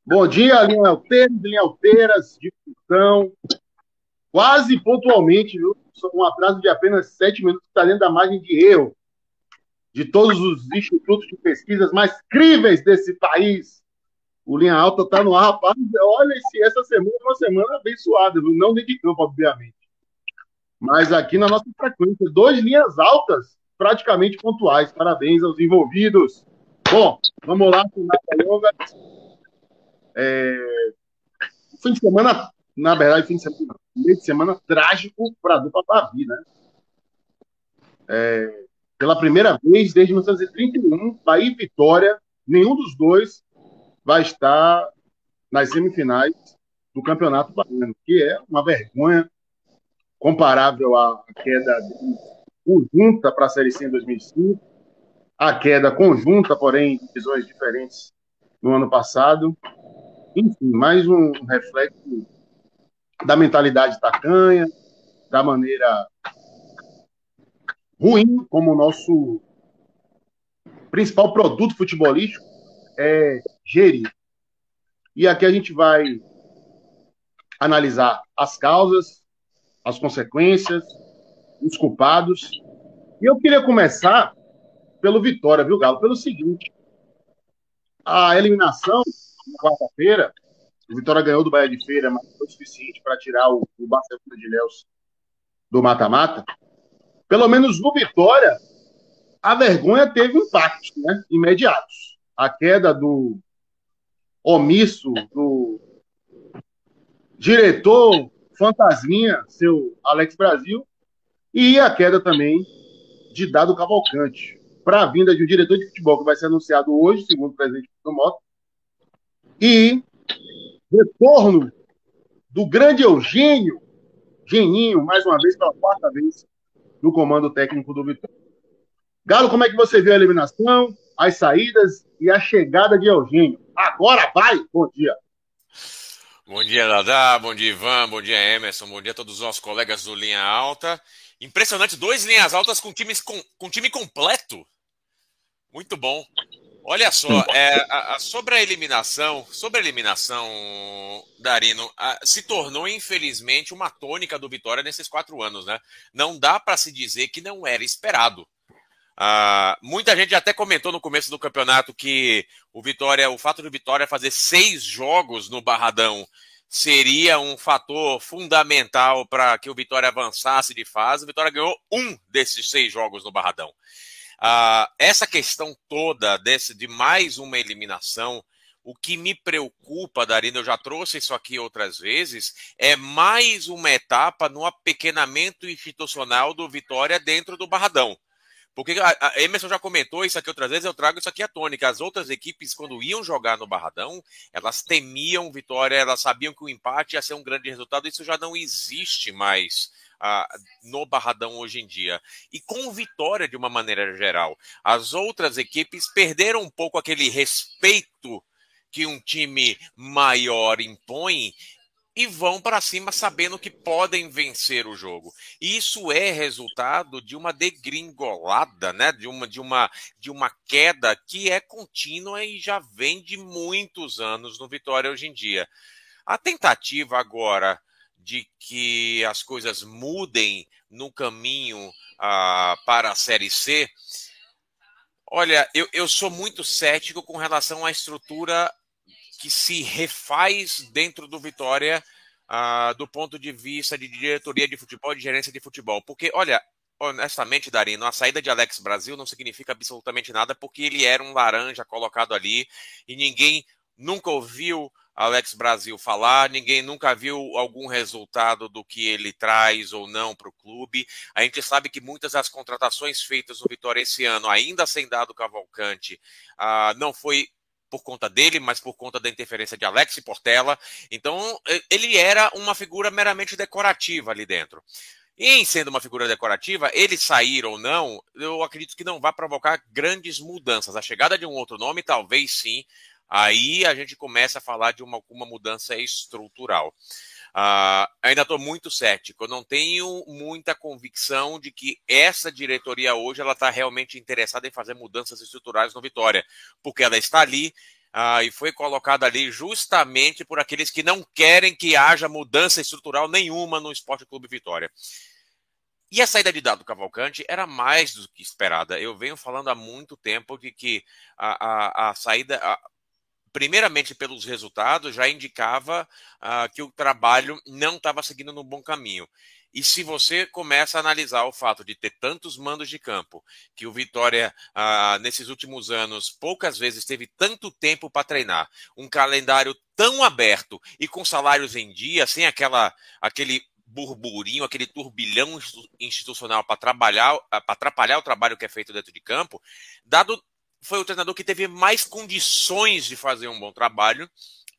Bom dia, linha Alteiras, discussão. Quase pontualmente, viu? Um atraso de apenas 7 minutos está dentro da margem de erro de todos os institutos de pesquisas mais críveis desse país. O Linha Alta está no ar, rapaz. Olha, essa semana é uma semana abençoada, viu? Não dentro de campo, obviamente. Mas aqui na nossa frequência, 2 linhas altas praticamente pontuais. Parabéns aos envolvidos. Bom, vamos lá, com Nata Longa. Fim de semana, na verdade, fim de semana, meio de semana trágico para a dupla Bavi, né? Pela primeira vez desde 1931, Bahia e Vitória, nenhum dos dois vai estar nas semifinais do Campeonato Baiano, que é uma vergonha comparável à queda conjunta para a Série C em 2005, a queda conjunta, porém, em divisões diferentes no ano passado. Enfim, mais um reflexo da mentalidade tacanha, da maneira ruim como o nosso principal produto futebolístico é gerir. E aqui a gente vai analisar as causas, as consequências, os culpados. E eu queria começar pelo Vitória, viu, Galo? Pelo seguinte, a eliminação na quarta-feira, o Vitória ganhou do Bahia de Feira, mas foi suficiente para tirar o Barcelona de Ilhéus do mata-mata. Pelo menos no Vitória, a vergonha teve impactos, né, imediatos. A queda do omisso, do diretor fantasminha, seu Alex Brasil, e a queda também de Dado Cavalcante, para a vinda de um diretor de futebol que vai ser anunciado hoje, segundo o presidente do Mota, e retorno do grande Eugênio, Geninho, mais uma vez, pela quarta vez, no comando técnico do Vitória. Galo, como é que você viu a eliminação, as saídas e a chegada de Eugênio? Agora vai! Bom dia. Bom dia, Dadá, bom dia, Ivan, bom dia, Emerson, bom dia a todos os nossos colegas do Linha Alta. Impressionante, 2 linhas altas com time completo. Muito bom. Olha só, sobre a eliminação, Darino, se tornou infelizmente uma tônica do Vitória nesses 4 anos, né? Não dá para se dizer que não era esperado. Muita gente até comentou no começo do campeonato que o fato do Vitória fazer 6 jogos no Barradão seria um fator fundamental para que o Vitória avançasse de fase. O Vitória ganhou um desses 6 jogos no Barradão. Essa questão toda de mais uma eliminação, o que me preocupa, Darino, eu já trouxe isso aqui outras vezes, é mais uma etapa no apequenamento institucional do Vitória dentro do Barradão. Porque a Emerson já comentou isso aqui outras vezes, eu trago isso aqui à tônica. As outras equipes, quando iam jogar no Barradão, elas temiam vitória, elas sabiam que o empate ia ser um grande resultado. Isso já não existe mais no Barradão hoje em dia. E com vitória de uma maneira geral. As outras equipes perderam um pouco aquele respeito que um time maior impõe e vão para cima sabendo que podem vencer o jogo. E isso é resultado de uma degringolada, né? De uma queda que é contínua e já vem de muitos anos no Vitória hoje em dia. A tentativa agora de que as coisas mudem no caminho para a Série C, olha, eu sou muito cético com relação à estrutura que se refaz dentro do Vitória do ponto de vista de diretoria de futebol, de gerência de futebol. Porque, olha, honestamente, Darino, a saída de Alex Brasil não significa absolutamente nada porque ele era um laranja colocado ali e ninguém nunca ouviu Alex Brasil falar, ninguém nunca viu algum resultado do que ele traz ou não para o clube. A gente sabe que muitas das contratações feitas no Vitória esse ano, ainda sem Dado Cavalcante, não foi por conta dele, mas por conta da interferência de Alex Portela. Então, ele era uma figura meramente decorativa ali dentro. E em sendo uma figura decorativa, ele sair ou não, eu acredito que não vai provocar grandes mudanças. A chegada de um outro nome, talvez sim. Aí a gente começa a falar de uma mudança estrutural. Ainda estou muito cético. Eu não tenho muita convicção de que essa diretoria hoje ela está realmente interessada em fazer mudanças estruturais no Vitória, porque ela está ali. e foi colocado ali justamente por aqueles que não querem que haja mudança estrutural nenhuma no Esporte Clube Vitória. E a saída de Dado Cavalcante era mais do que esperada. Eu venho falando há muito tempo de que a saída, primeiramente pelos resultados, já indicava que o trabalho não estava seguindo no bom caminho. E se você começa a analisar o fato de ter tantos mandos de campo, que o Vitória, nesses últimos anos, poucas vezes teve tanto tempo para treinar, um calendário tão aberto e com salários em dia, sem aquele burburinho, aquele turbilhão institucional para atrapalhar o trabalho que é feito dentro de campo, Dado foi o treinador que teve mais condições de fazer um bom trabalho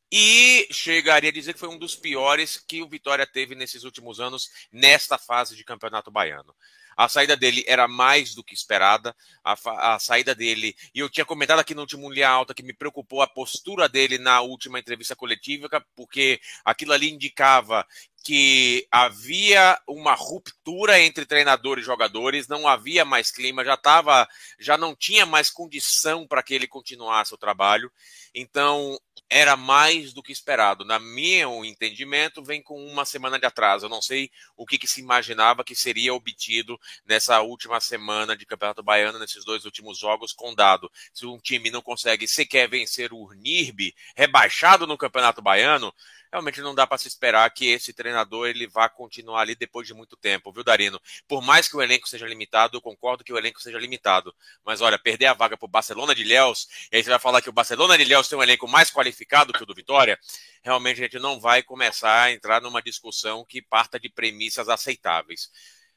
e chegaria a dizer que foi um dos piores que o Vitória teve nesses últimos anos nesta fase de Campeonato Baiano. A saída dele era mais do que esperada. A saída dele, e eu tinha comentado aqui no último Linha Alta que me preocupou a postura dele na última entrevista coletiva, porque aquilo ali indicava que havia uma ruptura entre treinador e jogadores, não havia mais clima, já não tinha mais condição para que ele continuasse o trabalho. Então, era mais do que esperado. Na meu entendimento, vem com uma semana de atraso. Eu não sei o que se imaginava que seria obtido nessa última semana de Campeonato Baiano, nesses 2 últimos jogos com Dado. Se um time não consegue sequer vencer o NIRB, rebaixado no Campeonato Baiano, realmente não dá para se esperar que esse treinador ele vá continuar ali depois de muito tempo, viu, Darino? Por mais que o elenco seja limitado, eu concordo que o elenco seja limitado. Mas olha, perder a vaga para o Barcelona de Ilhéus, e aí você vai falar que o Barcelona de Ilhéus tem um elenco mais qualificado que o do Vitória, realmente a gente não vai começar a entrar numa discussão que parta de premissas aceitáveis.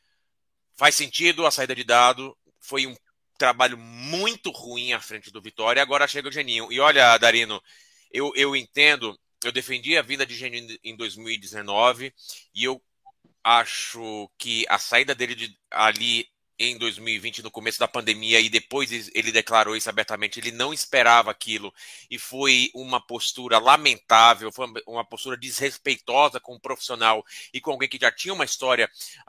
Faz sentido a saída de Dado, foi um trabalho muito ruim à frente do Vitória, agora chega o Geninho. E olha, Darino, eu entendo, eu defendi a vinda de Geninho em 2019 e eu acho que a saída dele ali em 2020, no começo da pandemia, e depois ele declarou isso abertamente, ele não esperava aquilo, e foi uma postura lamentável, foi uma postura desrespeitosa com o profissional e com alguém que já tinha uma história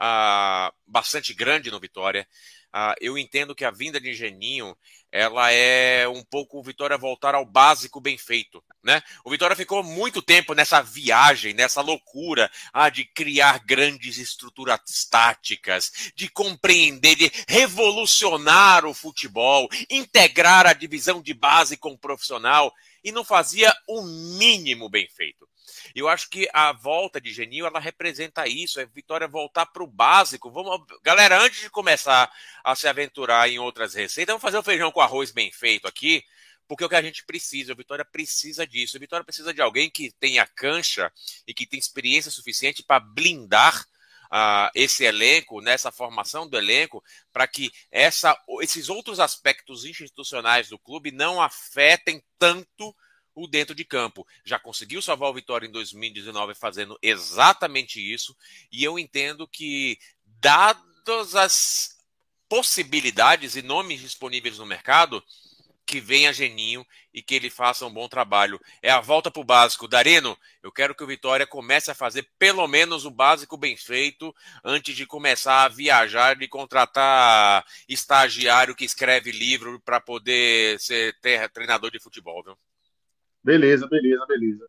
bastante grande no Vitória. Eu entendo que a vinda de Geninho, ela é um pouco o Vitória voltar ao básico bem feito, né? O Vitória ficou muito tempo nessa viagem, nessa loucura, de criar grandes estruturas táticas, de compreender, de revolucionar o futebol, integrar a divisão de base com o profissional, e não fazia o mínimo bem feito. Eu acho que a volta de Geninho, ela representa isso, é Vitória voltar para o básico. Galera, antes de começar a se aventurar em outras receitas, vamos fazer o feijão com arroz bem feito aqui, porque é o que a gente precisa, o Vitória precisa disso. O Vitória precisa de alguém que tenha cancha e que tenha experiência suficiente para blindar esse elenco, nessa formação do elenco, para que esses outros aspectos institucionais do clube não afetem tanto o dentro de campo. Já conseguiu salvar o Vitória em 2019 fazendo exatamente isso, e eu entendo que, dadas as possibilidades e nomes disponíveis no mercado, que venha Geninho e que ele faça um bom trabalho. É a volta para o básico. Darino, eu quero que o Vitória comece a fazer pelo menos o básico bem feito antes de começar a viajar e contratar estagiário que escreve livro para poder ser treinador de futebol, viu? Beleza, beleza, beleza.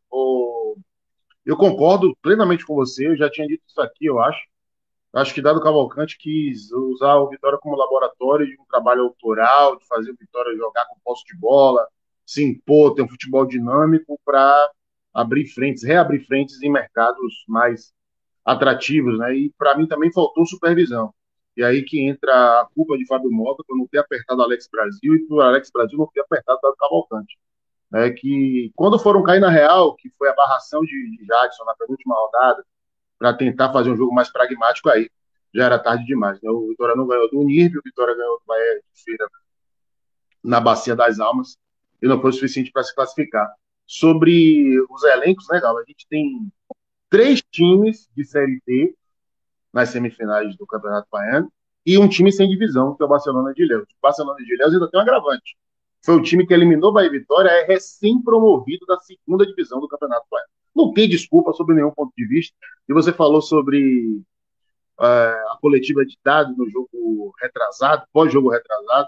Eu concordo plenamente com você, eu já tinha dito isso aqui, eu acho. Acho que Dado Cavalcante quis usar o Vitória como laboratório de um trabalho autoral, de fazer o Vitória jogar com posse de bola, se impor, ter um futebol dinâmico para abrir frentes, reabrir frentes em mercados mais atrativos, né? E para mim também faltou supervisão. E aí que entra a culpa de Fábio Mota por não ter apertado Alex Brasil e por Alex Brasil não ter apertado Dado Cavalcante. É que quando foram cair na real, que foi a barração de Jadson na penúltima rodada, para tentar fazer um jogo mais pragmático aí. Já era tarde demais. Né? O Vitória não ganhou do Unirp, o Vitória ganhou do Bahia de Feira na Bacia das Almas, e não foi o suficiente para se classificar. Sobre os elencos, né, Galo? A gente tem 3 times de Série D nas semifinais do Campeonato Baiano e um time sem divisão, que é o Barcelona de Ilhéus. O Barcelona de Ilhéus ainda tem um agravante. Foi o time que eliminou o Bahia e Vitória, é recém-promovido da segunda divisão do Campeonato Baiano. Não tem desculpa sobre nenhum ponto de vista. E você falou sobre a coletiva de dados no jogo retrasado, pós-jogo retrasado.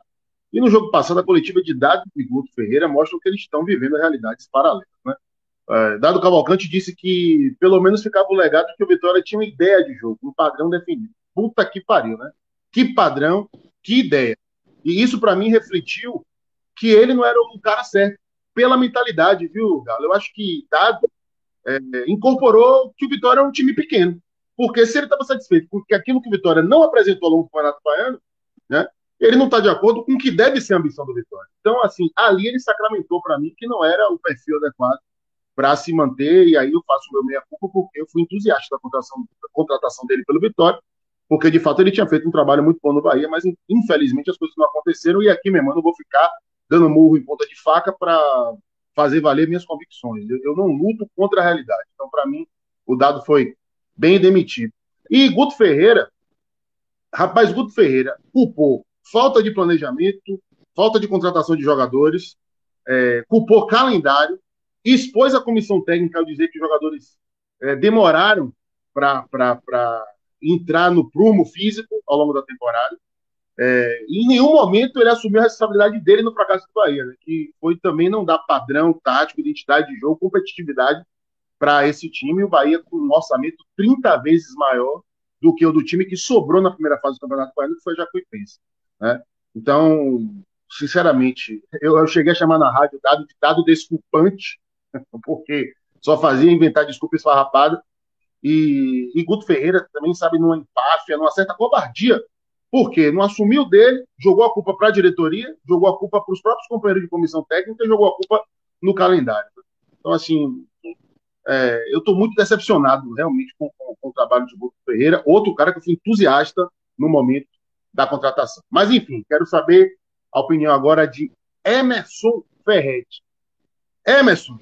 E no jogo passado, a coletiva de Dado e Guto Ferreira mostram que eles estão vivendo realidades paralelas, né? Dado Cavalcante disse que pelo menos ficava o legado que o Vitória tinha uma ideia de jogo, um padrão definido. Puta que pariu, né? Que padrão, que ideia. E isso para mim refletiu que ele não era o cara certo pela mentalidade, viu, Galo? Eu acho que Dado incorporou que o Vitória é um time pequeno. Porque se ele estava satisfeito com aquilo que o Vitória não apresentou ao longo do Campeonato Baiano, né, ele não está de acordo com o que deve ser a ambição do Vitória. Então, assim, ali ele sacramentou para mim que não era o perfil adequado para se manter, e aí eu faço o meu meia-culpa porque eu fui entusiasta da contratação dele pelo Vitória, porque de fato ele tinha feito um trabalho muito bom no Bahia, mas infelizmente as coisas não aconteceram, e aqui, meu irmão, eu vou ficar dando murro em ponta de faca para fazer valer minhas convicções. Eu não luto contra a realidade. Então, para mim, o Dado foi bem demitido. E Guto Ferreira, rapaz, Guto Ferreira culpou falta de planejamento, falta de contratação de jogadores, culpou calendário, expôs a comissão técnica ao dizer que os jogadores demoraram para entrar no prumo físico ao longo da temporada. E em nenhum momento ele assumiu a responsabilidade dele no fracasso do Bahia, né, que foi também não dar padrão tático, identidade de jogo, competitividade para esse time. O Bahia com um orçamento 30 vezes maior do que o do time que sobrou na primeira fase do Campeonato Baiano, que foi a Jacuipense. Né? Então, sinceramente, eu cheguei a chamar na rádio dado desculpante, porque só fazia inventar desculpa esfarrapada. E Guto Ferreira também, sabe, numa empáfia, numa certa covardia. Por quê? Não assumiu dele, jogou a culpa para a diretoria, jogou a culpa para os próprios companheiros de comissão técnica e jogou a culpa no calendário. Então, assim, eu estou muito decepcionado realmente com o trabalho de Guto Ferreira, outro cara que eu fui entusiasta no momento da contratação. Mas, enfim, quero saber a opinião agora de Emerson Ferretti. Emerson,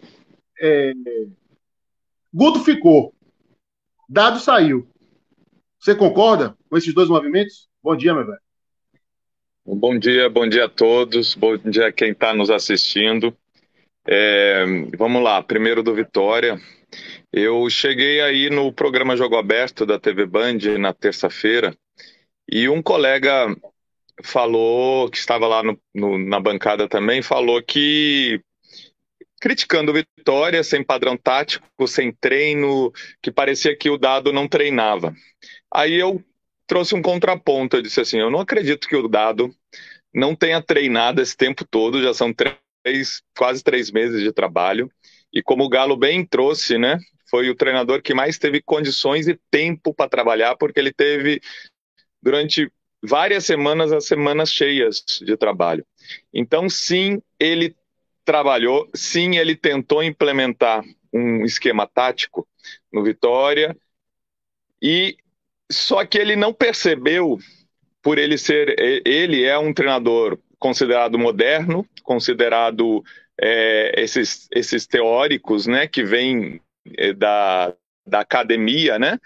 Guto ficou, Dado saiu. Você concorda com esses dois movimentos? Bom dia, meu velho. Bom dia a todos, bom dia a quem está nos assistindo. Vamos lá, primeiro do Vitória. Eu cheguei aí no programa Jogo Aberto da TV Band na terça-feira e um colega falou, que estava lá na bancada também, falou que, criticando o Vitória, sem padrão tático, sem treino, que parecia que o Dado não treinava. Aí eu trouxe um contraponto, eu disse assim, eu não acredito que o Dado não tenha treinado esse tempo todo, já são quase 3 meses de trabalho, e como o Galo bem trouxe, né, foi o treinador que mais teve condições e tempo para trabalhar, porque ele teve, durante várias semanas, as semanas cheias de trabalho. Então, sim, ele trabalhou, sim, ele tentou implementar um esquema tático no Vitória, e só que ele não percebeu, por ele é um treinador considerado moderno, considerado esses teóricos, né, que vêm da academia, né,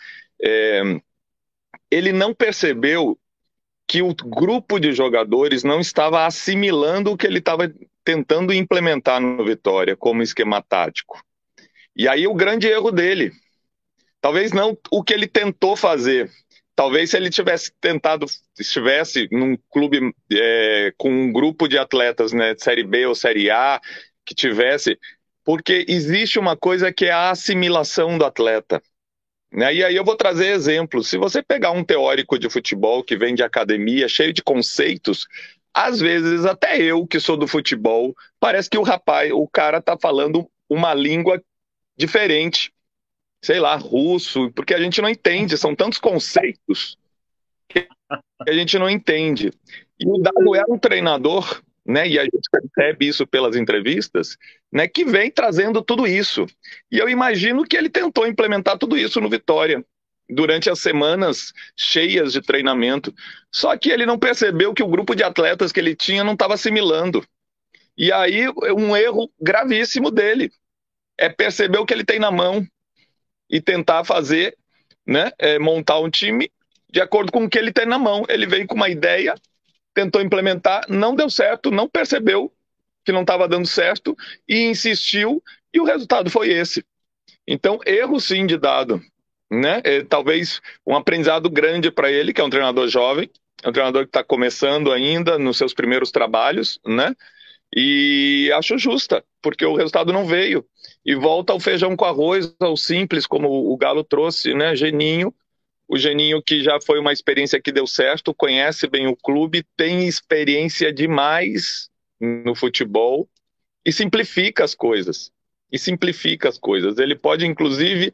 ele não percebeu que o grupo de jogadores não estava assimilando o que ele estava tentando implementar no Vitória como esquema tático. E aí o grande erro dele, talvez não o que ele tentou fazer, talvez se ele estivesse num clube com um grupo de atletas, né, de Série B ou Série A, que tivesse, porque existe uma coisa que é a assimilação do atleta. Né? E aí eu vou trazer exemplos. Se você pegar um teórico de futebol que vem de academia, cheio de conceitos, às vezes até eu, que sou do futebol, parece que o cara tá falando uma língua diferente, sei lá, russo, porque a gente não entende, são tantos conceitos que a gente não entende. E o Dado é um treinador, né, e a gente percebe isso pelas entrevistas, né, que vem trazendo tudo isso. E eu imagino que ele tentou implementar tudo isso no Vitória, durante as semanas cheias de treinamento. Só que ele não percebeu que o grupo de atletas que ele tinha não estava assimilando. E aí, um erro gravíssimo dele é perceber o que ele tem na mão e tentar fazer, né, montar um time de acordo com o que ele tem na mão. Ele veio com uma ideia, tentou implementar, não deu certo, não percebeu que não estava dando certo e insistiu, e o resultado foi esse. Então, erro sim de Dado, né? Talvez um aprendizado grande para ele, que é um treinador jovem, é um treinador que está começando ainda nos seus primeiros trabalhos, né? E acho justa, porque o resultado não veio. E volta ao feijão com arroz, ao simples, como o Galo trouxe, né? Geninho, o Geninho que já foi uma experiência que deu certo, conhece bem o clube, tem experiência demais no futebol e simplifica as coisas. E simplifica as coisas. Ele pode, inclusive,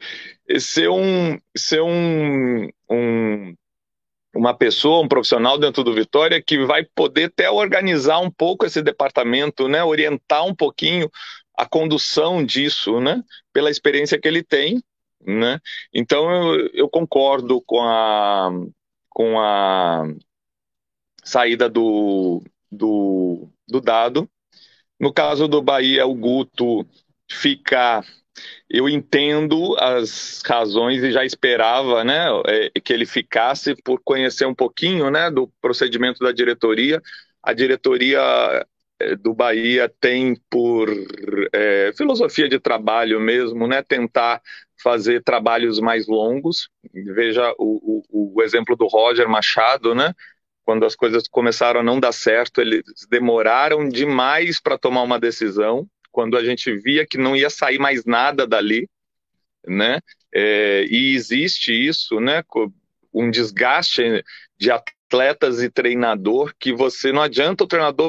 ser uma pessoa, um profissional dentro do Vitória que vai poder até organizar um pouco esse departamento, né? Orientar um pouquinho a condução disso, né? Pela experiência que ele tem, né? Então eu concordo com a saída do Dado. No caso do Bahia, o Guto fica. Eu entendo as razões e já esperava, né, que ele ficasse por conhecer um pouquinho, né, do procedimento da diretoria. A diretoria do Bahia tem por filosofia de trabalho mesmo, né, tentar fazer trabalhos mais longos. Veja o exemplo do Roger Machado, né? Quando as coisas começaram a não dar certo, eles demoraram demais para tomar uma decisão. Quando a gente via que não ia sair mais nada dali, né? E existe isso, né? Um desgaste de atletas e treinador que você não adianta o treinador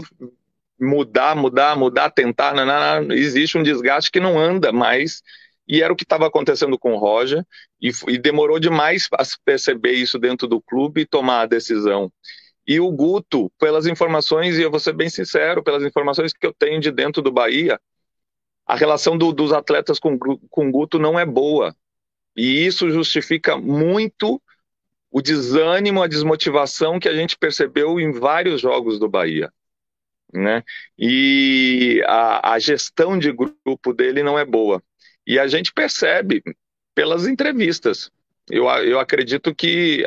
mudar, tentar, não, existe um desgaste que não anda mais. E era o que estava acontecendo com o Roger, e demorou demais para perceber isso dentro do clube e tomar a decisão. E o Guto, pelas informações, e eu vou ser bem sincero, pelas informações que eu tenho de dentro do Bahia, a relação dos atletas com o Guto não é boa. E isso justifica muito o desânimo, a desmotivação que a gente percebeu em vários jogos do Bahia, né? E a gestão de grupo dele não é boa. E a gente percebe pelas entrevistas. Eu acredito que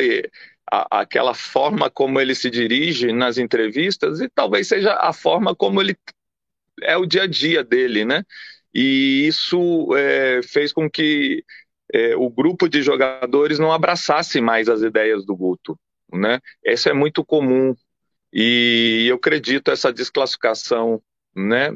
aquela forma como ele se dirige nas entrevistas, e talvez seja a forma como ele é o dia a dia dele, né? E isso fez com que o grupo de jogadores não abraçasse mais as ideias do Guto, né? Isso é muito comum, e eu acredito essa desclassificação, né,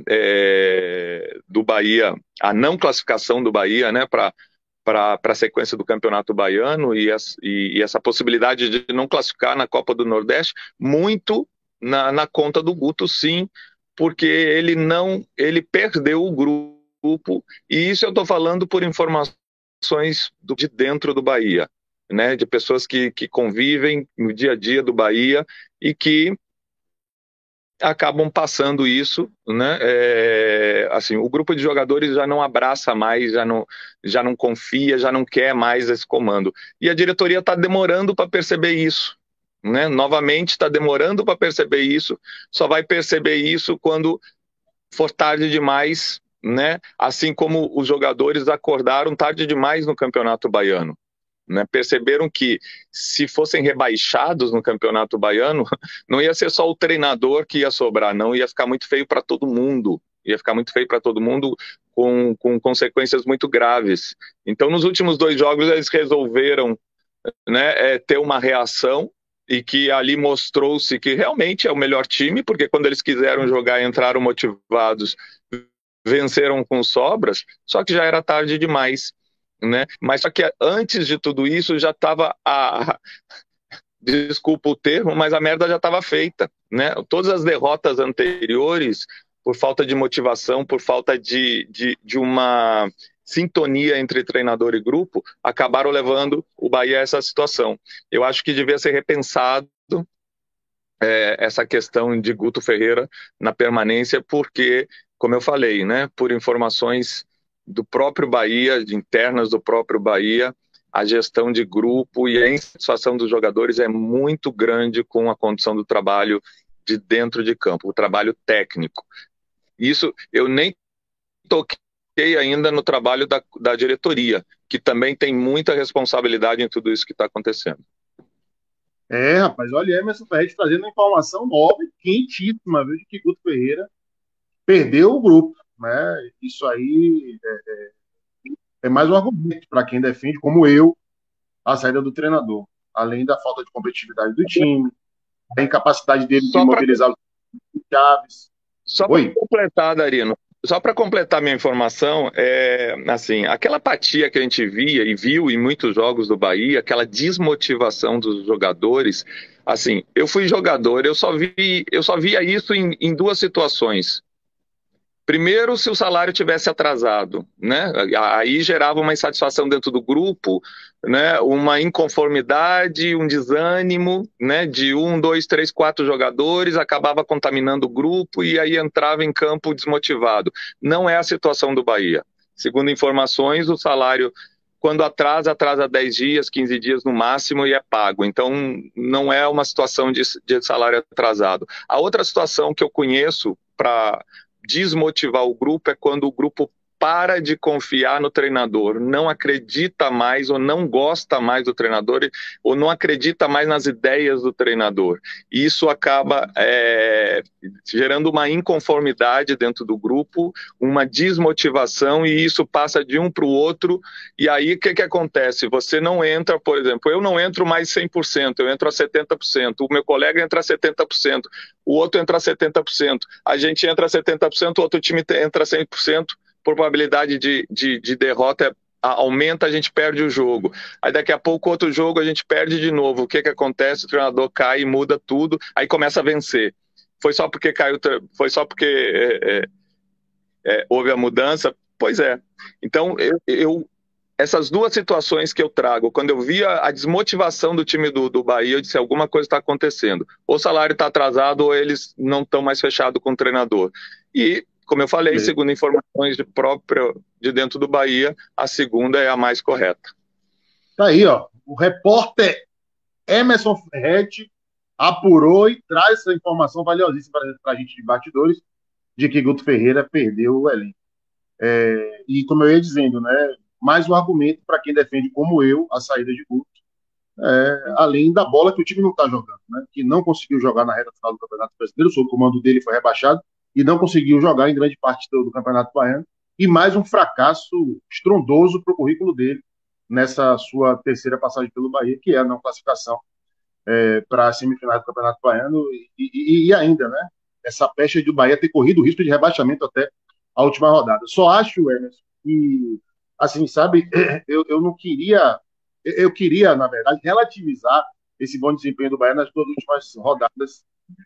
do Bahia, a não classificação do Bahia, né, para a sequência do Campeonato Baiano, e essa possibilidade de não classificar na Copa do Nordeste, muito na conta do Guto, sim, porque ele perdeu o grupo, e isso eu estou falando por informações de dentro do Bahia, né, de pessoas que convivem no dia a dia do Bahia e que acabam passando isso, né? Assim, o grupo de jogadores já não abraça mais, já não confia, já não quer mais esse comando. E a diretoria está demorando para perceber isso, né? Novamente está demorando para perceber isso. Só vai perceber isso quando for tarde demais, né? Assim como os jogadores acordaram tarde demais no Campeonato Baiano. Né, perceberam que se fossem rebaixados no Campeonato Baiano, não ia ser só o treinador que ia sobrar, não, ia ficar muito feio para todo mundo, com consequências muito graves. Então, nos últimos 2 jogos, eles resolveram, né, ter uma reação, e que ali mostrou-se que realmente é o melhor time, porque quando eles quiseram jogar, entraram motivados, venceram com sobras, só que já era tarde demais. Né? Mas só que antes de tudo isso já estava desculpa o termo, mas a merda já estava feita, né? Todas as derrotas anteriores, por falta de motivação, por falta de uma sintonia entre treinador e grupo, acabaram levando o Bahia a essa situação. Eu acho que devia ser repensado essa questão de Guto Ferreira na permanência, porque, como eu falei, né, por informações do próprio Bahia, internas do próprio Bahia, a gestão de grupo e a insatisfação dos jogadores é muito grande com a condição do trabalho de dentro de campo, o trabalho técnico. Isso eu nem toquei ainda no trabalho da diretoria, que também tem muita responsabilidade em tudo isso que está acontecendo. Rapaz, olha, Emerson Ferretti trazendo uma informação nova e quentíssima, viu, de que Guto Ferreira perdeu o grupo, né? Isso aí é mais um argumento para quem defende, como eu, a saída do treinador. Além da falta de competitividade do time, a incapacidade dele de Só pra, mobilizar os Chaves. só para Oi? completar, Darino, só para completar minha informação, assim, aquela apatia que a gente via e viu em muitos jogos do Bahia, aquela desmotivação dos jogadores, assim, eu fui jogador, eu só via isso em duas situações. Primeiro, se o salário tivesse atrasado, né? Aí gerava uma insatisfação dentro do grupo, né? Uma inconformidade, um desânimo, né? De um, dois, três, quatro jogadores, acabava contaminando o grupo e aí entrava em campo desmotivado. Não é a situação do Bahia. Segundo informações, o salário, quando atrasa 10 dias, 15 dias no máximo e é pago. Então, não é uma situação de salário atrasado. A outra situação que eu conheço para desmotivar o grupo é quando o grupo para de confiar no treinador, não acredita mais ou não gosta mais do treinador ou não acredita mais nas ideias do treinador. E isso acaba gerando uma inconformidade dentro do grupo, uma desmotivação, e isso passa de um para o outro. E aí o que acontece? Você não entra, por exemplo, eu não entro mais 100%, eu entro a 70%, o meu colega entra a 70%, o outro entra a 70%, a gente entra a 70%, o outro time entra a 100%, probabilidade de derrota aumenta, a gente perde o jogo. Aí daqui a pouco outro jogo a gente perde de novo. O que acontece? O treinador cai e muda tudo, aí começa a vencer. Foi só porque caiu, foi só porque houve a mudança? Pois é. Então, essas duas situações que eu trago, quando eu via a desmotivação do time do Bahia, eu disse, alguma coisa está acontecendo. Ou o salário está atrasado, ou eles não estão mais fechados com o treinador. E, como eu falei, segundo informações de dentro do Bahia, a segunda é a mais correta. Tá aí, ó. O repórter Emerson Ferretti apurou e traz essa informação valiosíssima para a gente de bastidores de que Guto Ferreira perdeu o elenco. E como eu ia dizendo, né, mais um argumento para quem defende, como eu, a saída de Guto, além da bola que o time não está jogando, né, que não conseguiu jogar na reta final do Campeonato Brasileiro, sob o comando dele foi rebaixado, e não conseguiu jogar em grande parte do Campeonato Baiano, e mais um fracasso estrondoso para o currículo dele nessa sua terceira passagem pelo Bahia, que é a não classificação para a semifinal do Campeonato Baiano, e ainda, né, essa pecha do Bahia ter corrido o risco de rebaixamento até a última rodada. Só acho, Emerson, que, assim, sabe, eu não queria, eu queria, na verdade, relativizar esse bom desempenho do Bahia nas duas últimas rodadas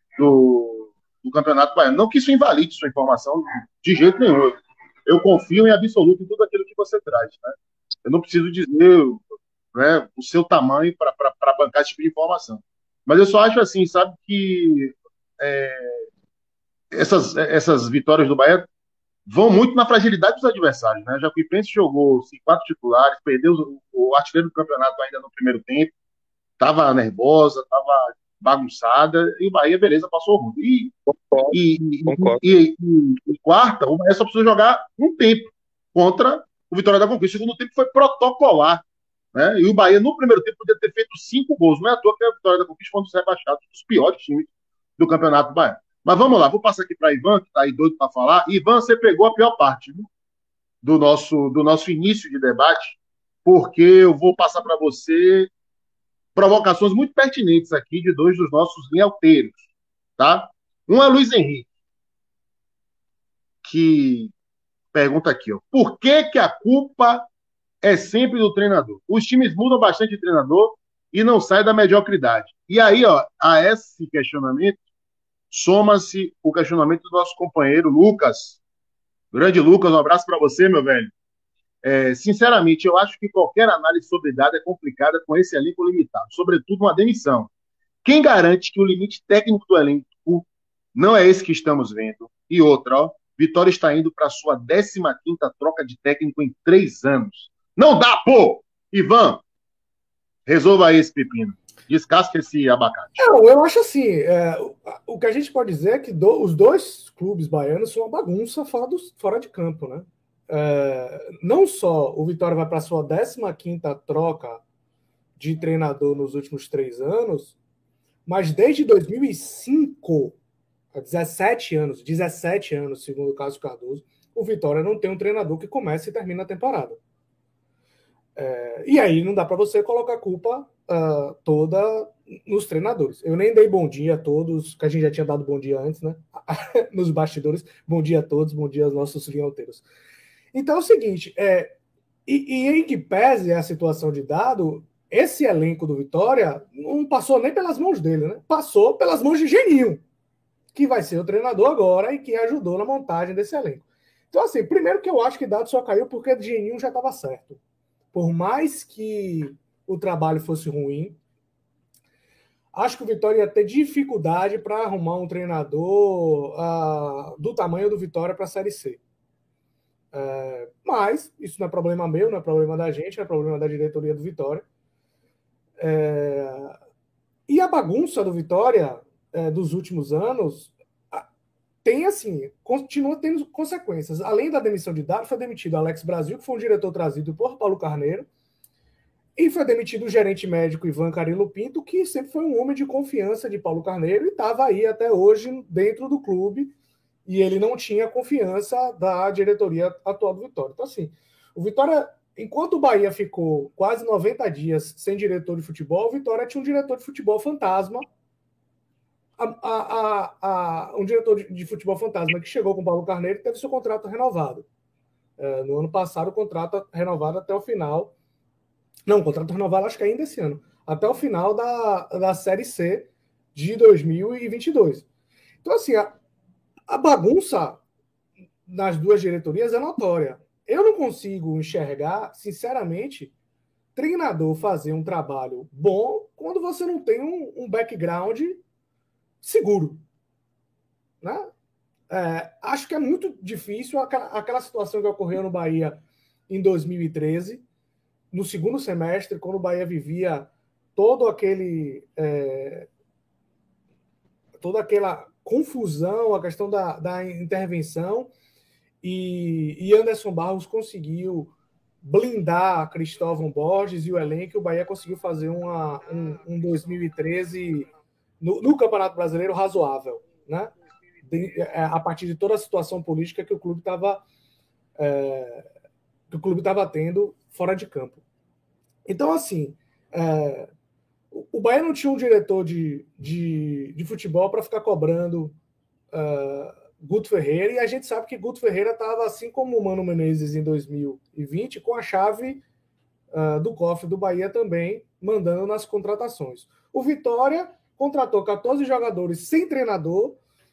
do Campeonato Baiano. Não que isso invalide sua informação de jeito nenhum. Eu confio em absoluto em tudo aquilo que você traz, né? Eu não preciso dizer, né, o seu tamanho para bancar esse tipo de informação. Mas eu só acho assim, sabe, que essas vitórias do Bahia vão muito na fragilidade dos adversários, né? Já que o Jacuipense jogou 4 titulares, perdeu o artilheiro do campeonato ainda no primeiro tempo, estava nervosa, estava bagunçada, e o Bahia, beleza, passou ruim. Concordo. E quarta, o Bahia só precisou jogar um tempo contra o Vitória da Conquista. O segundo tempo foi protocolar, né? E o Bahia, no primeiro tempo, podia ter feito 5 gols. Não é à toa que a Vitória da Conquista foi um dos rebaixados, dos piores times do Campeonato Baiano. Mas vamos lá, vou passar aqui para Ivan, que está aí doido para falar. Ivan, você pegou a pior parte, viu? Do nosso início de debate, porque eu vou passar para você provocações muito pertinentes aqui de dois dos nossos linhalteiros, tá? Um é Luiz Henrique, que pergunta aqui, ó, por que a culpa é sempre do treinador? Os times mudam bastante de treinador e não saem da mediocridade. E aí, ó, a esse questionamento soma-se o questionamento do nosso companheiro Lucas. Grande Lucas, um abraço para você, meu velho. Sinceramente, eu acho que qualquer análise sobre dado é complicada com esse elenco limitado, sobretudo uma demissão. Quem garante que o limite técnico do elenco não é esse que estamos vendo? E outra, ó, Vitória está indo para a sua 15ª troca de técnico em 3 anos. Não dá, pô! Ivan, resolva aí esse pepino. Descasca esse abacate. Eu acho assim, o que a gente pode dizer é que os dois clubes baianos são uma bagunça fora de campo, né? Não só o Vitória vai para a sua 15ª troca de treinador nos últimos 3 anos, mas desde 2005, há 17 anos, segundo o Cássio Cardoso, o Vitória não tem um treinador que começa e termina a temporada. E aí não dá para você colocar a culpa toda nos treinadores. Eu nem dei bom dia a todos, que a gente já tinha dado bom dia antes, né? Nos bastidores. Bom dia a todos, bom dia aos nossos linhoteiros. Então é o seguinte, e em que pese a situação de Dado, esse elenco do Vitória não passou nem pelas mãos dele, né? Passou pelas mãos de Geninho, que vai ser o treinador agora e que ajudou na montagem desse elenco. Então, assim, primeiro que eu acho que Dado só caiu porque Geninho já estava certo. Por mais que o trabalho fosse ruim, acho que o Vitória ia ter dificuldade para arrumar um treinador do tamanho do Vitória para a Série C. Mas isso não é problema meu, não é problema da gente, é problema da diretoria do Vitória. E a bagunça do Vitória dos últimos anos continua tendo consequências. Além da demissão de Dado, foi demitido Alex Brasil, que foi um diretor trazido por Paulo Carneiro, e foi demitido o gerente médico Ivan Carilo Pinto, que sempre foi um homem de confiança de Paulo Carneiro e estava aí até hoje dentro do clube, e ele não tinha confiança da diretoria atual do Vitória. Então, assim, o Vitória, enquanto o Bahia ficou quase 90 dias sem diretor de futebol, o Vitória tinha um diretor de futebol fantasma, um diretor de futebol fantasma que chegou com o Paulo Carneiro e teve seu contrato renovado. No ano passado, o contrato renovado até o final. Não, o contrato renovado acho que ainda esse ano. Até o final da Série C de 2022. Então, assim, a bagunça nas duas diretorias é notória. Eu não consigo enxergar, sinceramente, treinador fazer um trabalho bom quando você não tem um background seguro. Né? Acho que é muito difícil aquela situação que ocorreu no Bahia em 2013, no segundo semestre, quando o Bahia vivia toda aquela confusão, a questão da intervenção, e Anderson Barros conseguiu blindar Cristóvão Borges e o elenco, e o Bahia conseguiu fazer um 2013 no Campeonato Brasileiro razoável, né? A partir de toda a situação política que o clube estava tendo fora de campo. Então, assim, o Bahia não tinha um diretor de futebol para ficar cobrando Guto Ferreira, e a gente sabe que Guto Ferreira estava, assim como o Mano Menezes em 2020, com a chave do cofre do Bahia também, mandando nas contratações. O Vitória contratou 14 jogadores sem treinador,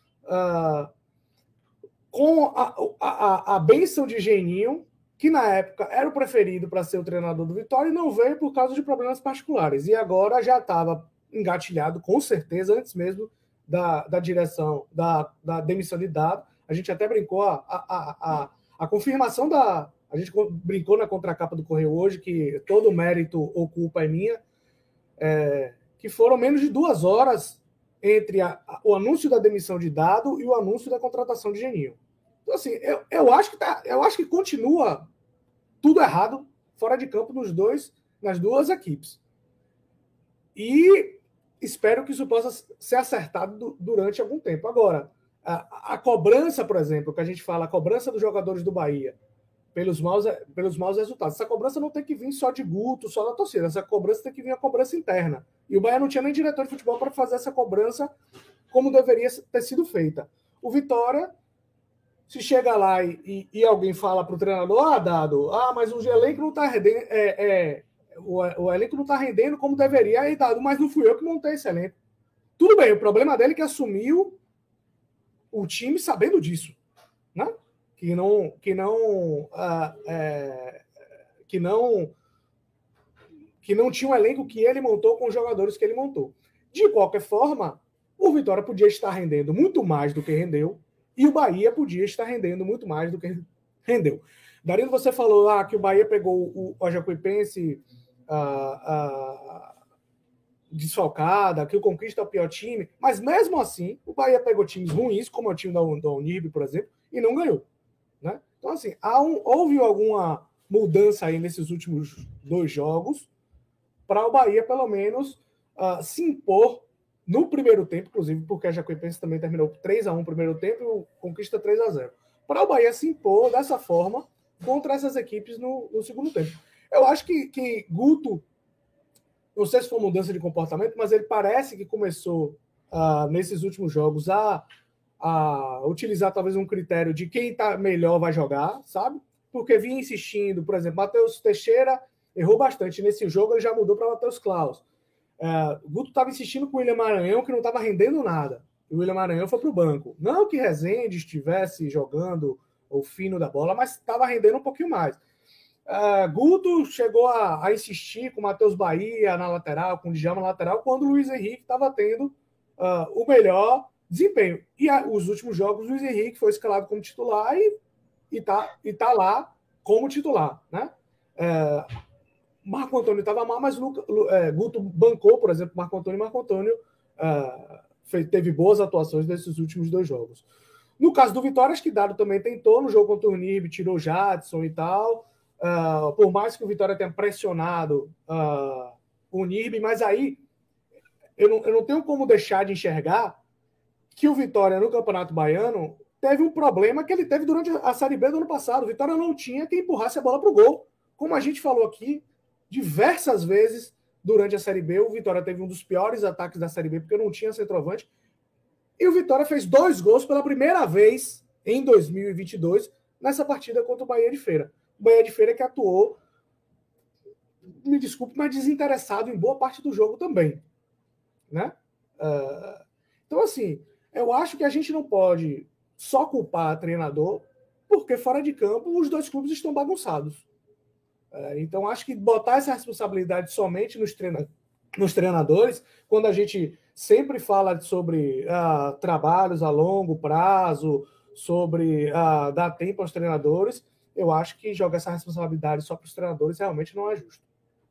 com a bênção de Geninho, que na época era o preferido para ser o treinador do Vitória e não veio por causa de problemas particulares. E agora já estava engatilhado, com certeza, antes mesmo da direção, da demissão de Dado. A gente até brincou a confirmação A gente brincou na contracapa do Correio hoje, que todo o mérito ou culpa é minha, que foram menos de 2 horas entre o anúncio da demissão de Dado e o anúncio da contratação de Geninho. Então, assim, eu acho que continua tudo errado fora de campo nas duas equipes. E espero que isso possa ser acertado durante algum tempo. Agora, a cobrança, por exemplo, que a gente fala, a cobrança dos jogadores do Bahia pelos maus resultados. Essa cobrança não tem que vir só de Guto, só da torcida. Essa cobrança tem que vir a cobrança interna. E o Bahia não tinha nem diretor de futebol para fazer essa cobrança como deveria ter sido feita. O Vitória, se chega lá e alguém fala para o treinador, Dado, mas o elenco não está rendendo, o elenco não está rendendo como deveria, aí Dado, mas não fui eu que montei esse elenco. Tudo bem, o problema dele é que assumiu o time sabendo disso, né? Que não tinha um elenco que ele montou com os jogadores que ele montou. De qualquer forma, o Vitória podia estar rendendo muito mais do que rendeu e o Bahia podia estar rendendo muito mais do que rendeu. Darino, você falou que o Bahia pegou o Jacuipense desfalcada, que o Conquista é o pior time, mas mesmo assim, o Bahia pegou times ruins, como é o time da Unirb, por exemplo, e não ganhou. Né? Então, assim, houve alguma mudança aí nesses últimos 2 jogos para o Bahia, pelo menos, se impor no primeiro tempo, inclusive, porque a Jacuipense também terminou 3-1 no primeiro tempo e o Conquista 3-0. Para o Bahia se impor dessa forma contra essas equipes no segundo tempo. Eu acho que Guto não sei se foi mudança de comportamento, mas ele parece que começou, nesses últimos jogos, a utilizar talvez um critério de quem está melhor vai jogar, sabe? Porque vinha insistindo, por exemplo, Matheus Teixeira errou bastante. Nesse jogo ele já mudou para Matheus Claus. Guto estava insistindo com o William Maranhão, que não estava rendendo nada. O William Maranhão foi para o banco. Não que Rezende estivesse jogando o fino da bola, mas estava rendendo um pouquinho mais. Guto chegou a insistir com o Matheus Bahia na lateral, com o Djalma na lateral, quando o Luiz Henrique estava tendo o melhor desempenho. E os últimos jogos, o Luiz Henrique foi escalado como titular e tá lá como titular, né? Marco Antônio estava mal, mas Guto bancou, por exemplo, Marco Antônio, e Marco Antônio teve boas atuações nesses últimos 2 jogos. No caso do Vitória, acho que Dado também tentou no jogo contra o Nirb, tirou o Jadson e tal. Por mais que o Vitória tenha pressionado o Nirb, mas aí eu não tenho como deixar de enxergar que o Vitória no Campeonato Baiano teve um problema que ele teve durante a Série B do ano passado. O Vitória não tinha quem empurrasse a bola para o gol. Como a gente falou aqui diversas vezes durante a Série B, o Vitória teve um dos piores ataques da Série B, porque não tinha centroavante. E o Vitória fez 2 gols pela primeira vez em 2022 nessa partida contra o Bahia de Feira. O Bahia de Feira que atuou, me desculpe, mas desinteressado em boa parte do jogo também, né? Então, assim, eu acho que a gente não pode só culpar treinador, porque fora de campo os 2 clubes estão bagunçados. Então, acho que botar essa responsabilidade somente nos treinadores, quando a gente sempre fala sobre trabalhos a longo prazo, sobre dar tempo aos treinadores, eu acho que jogar essa responsabilidade só para os treinadores realmente não é justo.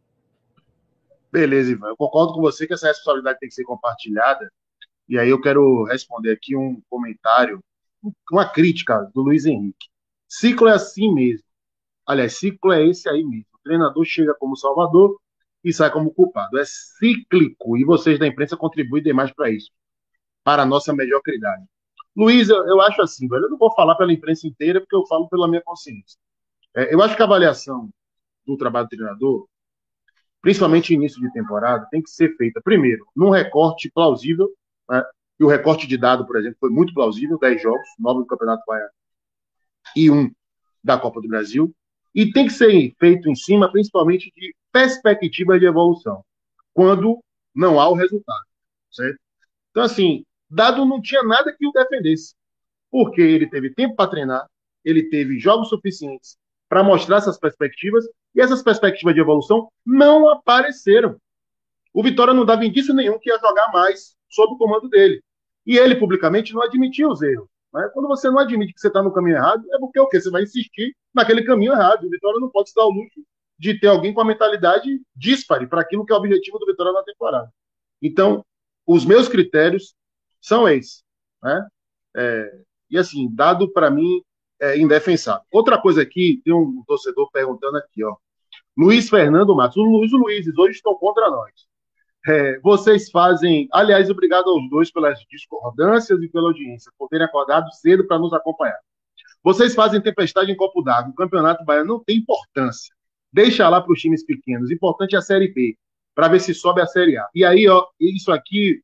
Beleza, Ivan. Eu concordo com você que essa responsabilidade tem que ser compartilhada. E aí eu quero responder aqui um comentário, uma crítica do Luiz Henrique. Ciclo é assim mesmo. Aliás, ciclo é esse aí mesmo. O treinador chega como salvador e sai como culpado. É cíclico. E vocês da imprensa contribuem demais para isso. Para a nossa mediocridade. Luiz, eu acho assim, velho. Eu não vou falar pela imprensa inteira, porque eu falo pela minha consciência. Eu acho que a avaliação do trabalho do treinador, principalmente início de temporada, tem que ser feita, primeiro, num recorte plausível, né? E o recorte de dado, por exemplo, foi muito plausível, 10 jogos, 9 do Campeonato Baiano e 1 da Copa do Brasil, e tem que ser feito em cima, principalmente, de perspectiva de evolução, quando não há o resultado, certo? Então, assim, Dado não tinha nada que o defendesse, porque ele teve tempo para treinar, ele teve jogos suficientes para mostrar essas perspectivas, e essas perspectivas de evolução não apareceram. O Vitória não dava indício nenhum que ia jogar mais sob o comando dele. E ele, publicamente, não admitia os erros. Né? Quando você não admite que você está no caminho errado, é porque o quê? Você vai insistir naquele caminho errado. O Vitória não pode se dar o luxo de ter alguém com a mentalidade díspare para aquilo que é o objetivo do Vitória na temporada. Então, os meus critérios são esses. Né? E assim, Dado para mim é indefensável. Outra coisa aqui, tem um torcedor perguntando aqui, ó. Luiz Fernando Matos. Os Luizes hoje estão contra nós. Vocês fazem... Aliás, obrigado aos dois pelas discordâncias e pela audiência, por terem acordado cedo para nos acompanhar. Vocês fazem tempestade em copo d'água. O Campeonato Baiano não tem importância. Deixa lá para os times pequenos. O importante é a Série B, para ver se sobe a Série A. E aí, ó, isso aqui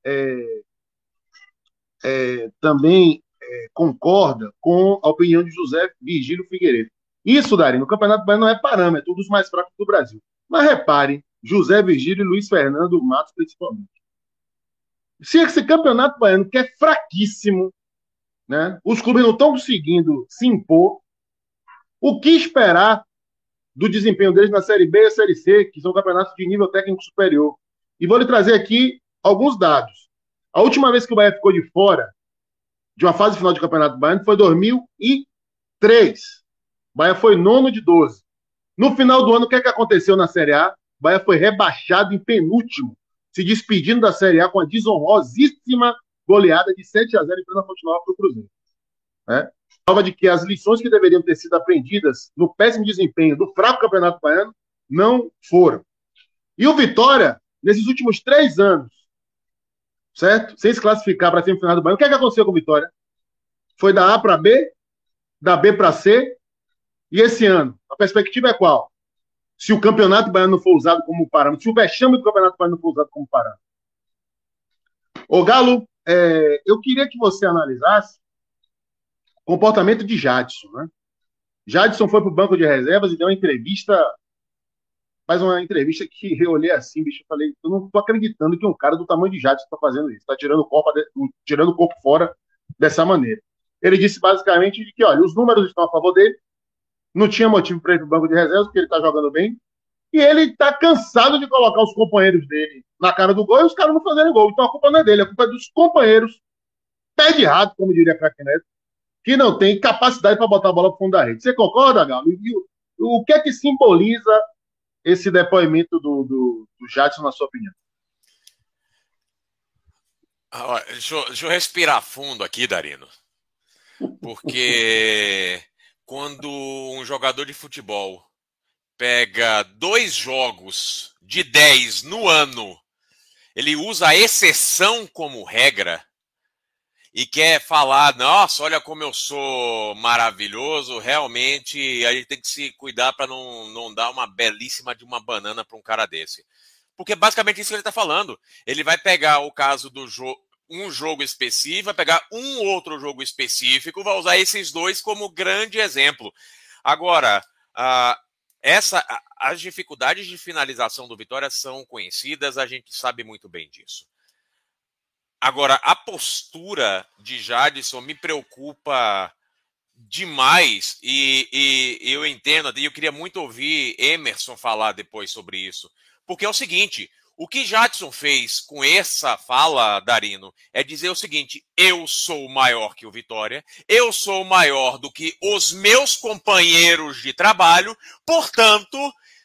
também concorda com a opinião de José Virgílio Figueiredo. Isso, Dari, no Campeonato Baiano não é parâmetro, um dos mais fracos do Brasil. Mas repare, José Virgílio e Luiz Fernando Matos, principalmente. Se esse Campeonato Baiano, que é fraquíssimo, né, os clubes não estão conseguindo se impor, o que esperar do desempenho deles na Série B e Série C, que são campeonatos de nível técnico superior? E vou lhe trazer aqui alguns dados. A última vez que o Bahia ficou de fora de uma fase final de Campeonato Baiano foi 2003. O Bahia foi 9º de 12. No final do ano, o que é que aconteceu na Série A? O Bahia foi rebaixado em penúltimo, se despedindo da Série A com a desonrosíssima goleada de 7-0 em plena Fonte Nova para o Cruzeiro. Prova de que as lições que deveriam ter sido aprendidas no péssimo desempenho do fraco Campeonato Baiano não foram. E o Vitória, nesses últimos 3 anos, certo? Sem se classificar para a semifinal do Baiano, o que é que aconteceu com o Vitória? Foi da A para B, da B para C, e esse ano, a perspectiva é qual? se o Campeonato Baiano não for usado como parâmetro, se o vexame do Campeonato Baiano não for usado como parâmetro. Ô, Galo, eu queria que você analisasse o comportamento de Jadson, né? Jadson foi para o banco de reservas e deu uma entrevista, faz uma entrevista que eu olhei assim, bicho, eu falei, eu não tô acreditando que um cara do tamanho de Jadson está fazendo isso, está tirando o corpo fora dessa maneira. Ele disse basicamente que, olha, os números estão a favor dele, não tinha motivo para ir para o banco de reservas, porque ele está jogando bem, e ele está cansado de colocar os companheiros dele na cara do gol e os caras não fazerem gol. Então a culpa não é dele, a culpa é dos companheiros, pé de rato, como diria Craque Neto, que não tem capacidade para botar a bola para o fundo da rede. Você concorda, Galo? E o que é que simboliza esse depoimento do Jadson, na sua opinião? Deixa eu respirar fundo aqui, Darino. Porque quando um jogador de futebol pega 2 jogos de 10 no ano, ele usa a exceção como regra e quer falar, nossa, olha como eu sou maravilhoso, realmente a gente tem que se cuidar para não dar uma belíssima de uma banana para um cara desse. Porque basicamente isso que ele está falando. Ele vai pegar o caso do um jogo específico, vai pegar um outro jogo específico, vai usar esses 2 como grande exemplo. Agora, as dificuldades de finalização do Vitória são conhecidas, a gente sabe muito bem disso. Agora, a postura de Jadson me preocupa demais e eu entendo, e eu queria muito ouvir Emerson falar depois sobre isso. Porque é o seguinte, o que Jadson fez com essa fala, Darino, é dizer o seguinte, eu sou maior que o Vitória, eu sou maior do que os meus companheiros de trabalho, portanto,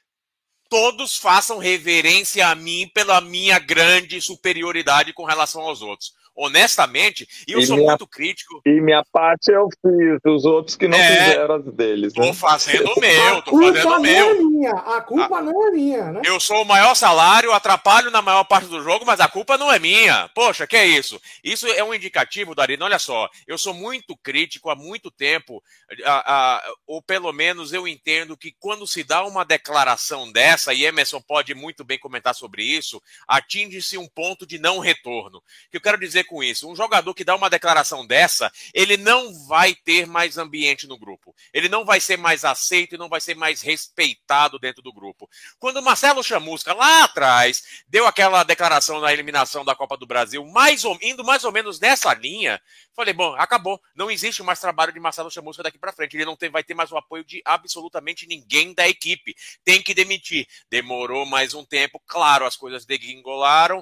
todos façam reverência a mim pela minha grande superioridade com relação aos outros. Honestamente, eu sou muito crítico. E minha parte eu fiz, os outros que não fizeram as deles. Tô fazendo o meu, tô fazendo o meu. A culpa não é minha, a culpa não é minha, né? Eu sou o maior salário, atrapalho na maior parte do jogo, mas a culpa não é minha. Poxa, que é isso? Isso é um indicativo, Darino, olha só, eu sou muito crítico há muito tempo, ou pelo menos eu entendo que quando se dá uma declaração dessa, e Emerson pode muito bem comentar sobre isso, atinge-se um ponto de não retorno. O que eu quero dizer com isso? Um jogador que dá uma declaração dessa, ele não vai ter mais ambiente no grupo. Ele não vai ser mais aceito e não vai ser mais respeitado dentro do grupo. Quando o Marcelo Chamusca, lá atrás, deu aquela declaração na eliminação da Copa do Brasil, indo mais ou menos nessa linha, falei, bom, acabou. Não existe mais trabalho de Marcelo Chamusca daqui para frente. Ele não vai ter mais o apoio de absolutamente ninguém da equipe. Tem que demitir. Demorou mais um tempo. Claro, as coisas degringolaram.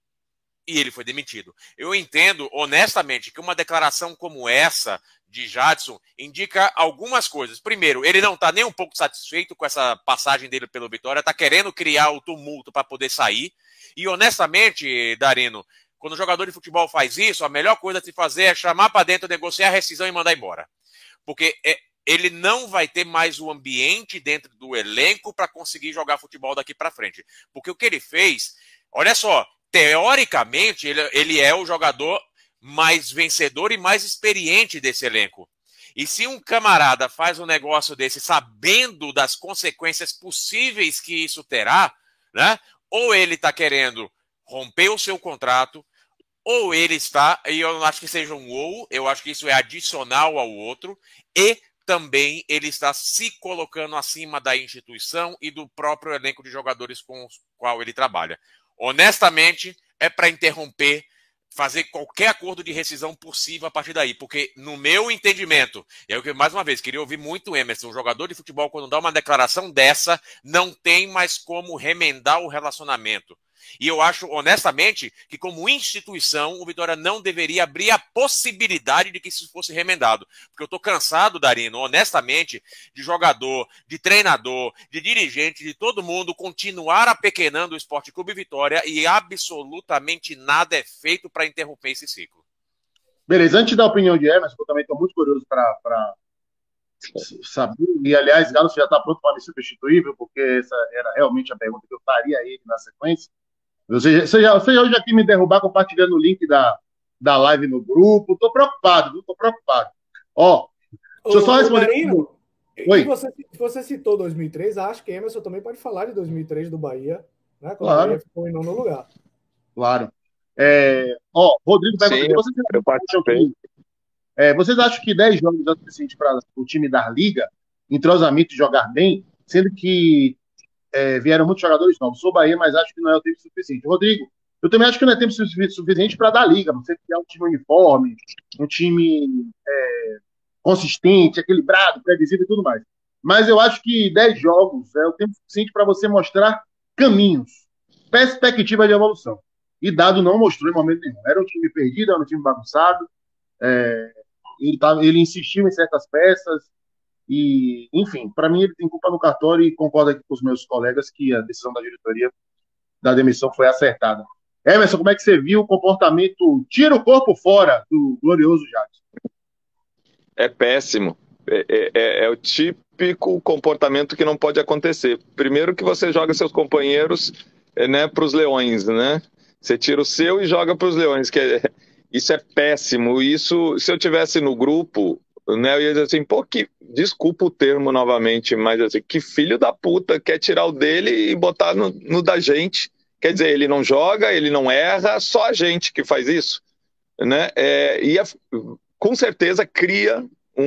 E ele foi demitido. Eu entendo, honestamente, que uma declaração como essa de Jadson indica algumas coisas. Primeiro, ele não está nem um pouco satisfeito com essa passagem dele pelo Vitória, está querendo criar o tumulto para poder sair. E, honestamente, Darino, quando o jogador de futebol faz isso, a melhor coisa a se fazer é chamar para dentro, negociar a rescisão e mandar embora. Porque ele não vai ter mais o ambiente dentro do elenco para conseguir jogar futebol daqui para frente. Porque o que ele fez, olha só, teoricamente, ele é o jogador mais vencedor e mais experiente desse elenco. E se um camarada faz um negócio desse sabendo das consequências possíveis que isso terá, né? Ou ele está querendo romper o seu contrato, ou ele está, e eu não acho que seja um ou, eu acho que isso é adicional ao outro, e também ele está se colocando acima da instituição e do próprio elenco de jogadores com o qual ele trabalha. Honestamente, é para interromper, fazer qualquer acordo de rescisão possível a partir daí, porque no meu entendimento, eu mais uma vez queria ouvir muito o Emerson, um jogador de futebol quando dá uma declaração dessa, não tem mais como remendar o relacionamento. E eu acho, honestamente, que como instituição, o Vitória não deveria abrir a possibilidade de que isso fosse remendado. Porque eu estou cansado, Darino, honestamente, de jogador, de treinador, de dirigente, de todo mundo continuar apequenando o Sport Clube Vitória e absolutamente nada é feito para interromper esse ciclo. Beleza, antes da opinião de Emerson, eu também estou muito curioso para saber. E, aliás, Galo, você já está pronto para me substituir, viu? Porque essa era realmente a pergunta que eu faria a ele na sequência. Você já quis me derrubar compartilhando o link da live no grupo. Tô preocupado, viu? Tô preocupado. Ó, deixa eu só responder. Darino, E você citou 2003, acho que Emerson também pode falar de 2003 do Bahia, né? Quando Claro. o Bahia ficou em nono lugar. Claro. Rodrigo pergunta Sim, aqui, vocês acham que 10 jogos é o suficiente para o time dar liga, entrosamento e jogar bem, sendo que vieram muitos jogadores novos? Sou Bahia, mas acho que não é o tempo suficiente. Rodrigo, eu também acho que não é tempo suficiente para dar liga, você criar um time uniforme, um time consistente, equilibrado, previsível e tudo mais. Mas eu acho que 10 jogos é o tempo suficiente para você mostrar caminhos, perspectiva de evolução. E Dado não mostrou em momento nenhum. Era um time perdido, era um time bagunçado. Ele insistiu em certas peças. E, enfim, para mim ele tem culpa no cartório e concordo aqui com os meus colegas que a decisão da diretoria da demissão foi acertada. Emerson, como é que você viu o comportamento tira o corpo fora do glorioso Jadson? É péssimo. É o típico comportamento que não pode acontecer. Primeiro que você joga seus companheiros né, para os leões, né? Você tira o seu e joga para os leões. Isso é péssimo. Isso, se eu tivesse no grupo, né, eu ia dizer assim, desculpa o termo novamente, mas assim, que filho da puta quer tirar o dele e botar no da gente. Quer dizer, ele não joga, ele não erra, só a gente que faz isso, né? Com certeza cria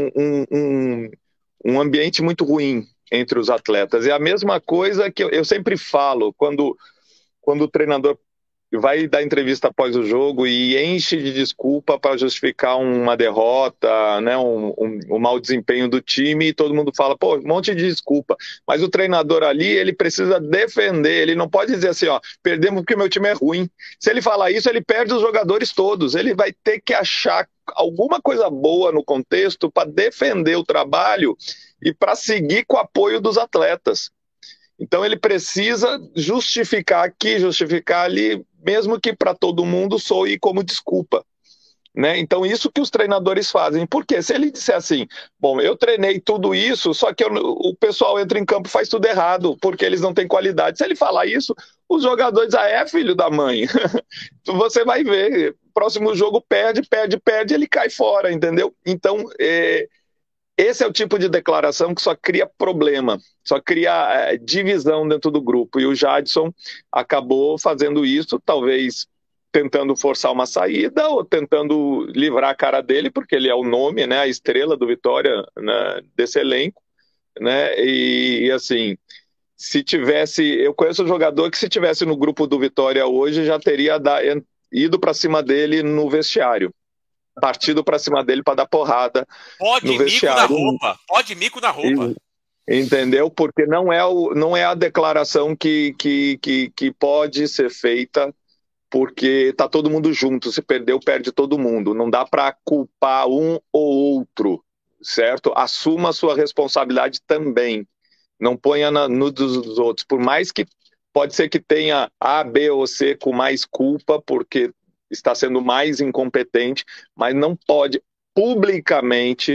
um ambiente muito ruim entre os atletas. É a mesma coisa que eu sempre falo, quando o treinador vai dar entrevista após o jogo e enche de desculpa para justificar uma derrota, né, um mau desempenho do time, e todo mundo fala, um monte de desculpa. Mas o treinador ali, ele precisa defender, ele não pode dizer assim, perdemos porque meu time é ruim. Se ele falar isso, ele perde os jogadores todos, ele vai ter que achar alguma coisa boa no contexto para defender o trabalho e para seguir com o apoio dos atletas. Então ele precisa justificar aqui, justificar ali, mesmo que para todo mundo soe como desculpa, né? Então isso que os treinadores fazem. Porque se ele disser assim, eu treinei tudo isso, só que o pessoal entra em campo e faz tudo errado, porque eles não têm qualidade. Se ele falar isso, os jogadores, filho da mãe. Você vai ver, próximo jogo perde, ele cai fora, entendeu? Então, esse é o tipo de declaração que só cria problema, só cria divisão dentro do grupo. E o Jadson acabou fazendo isso, talvez tentando forçar uma saída ou tentando livrar a cara dele, porque ele é o nome, né, a estrela do Vitória, né, desse elenco, né? E assim, eu conheço um jogador que se tivesse no grupo do Vitória hoje já teria ido para cima dele no vestiário. Partido para cima dele para dar porrada no vestiário. Pode mico na roupa. Entendeu? Porque não é a declaração que pode ser feita, porque tá todo mundo junto. Se perdeu, perde todo mundo. Não dá para culpar um ou outro, certo? Assuma a sua responsabilidade também. Não ponha no dos outros. Por mais que pode ser que tenha A, B ou C com mais culpa, porque está sendo mais incompetente, mas não pode publicamente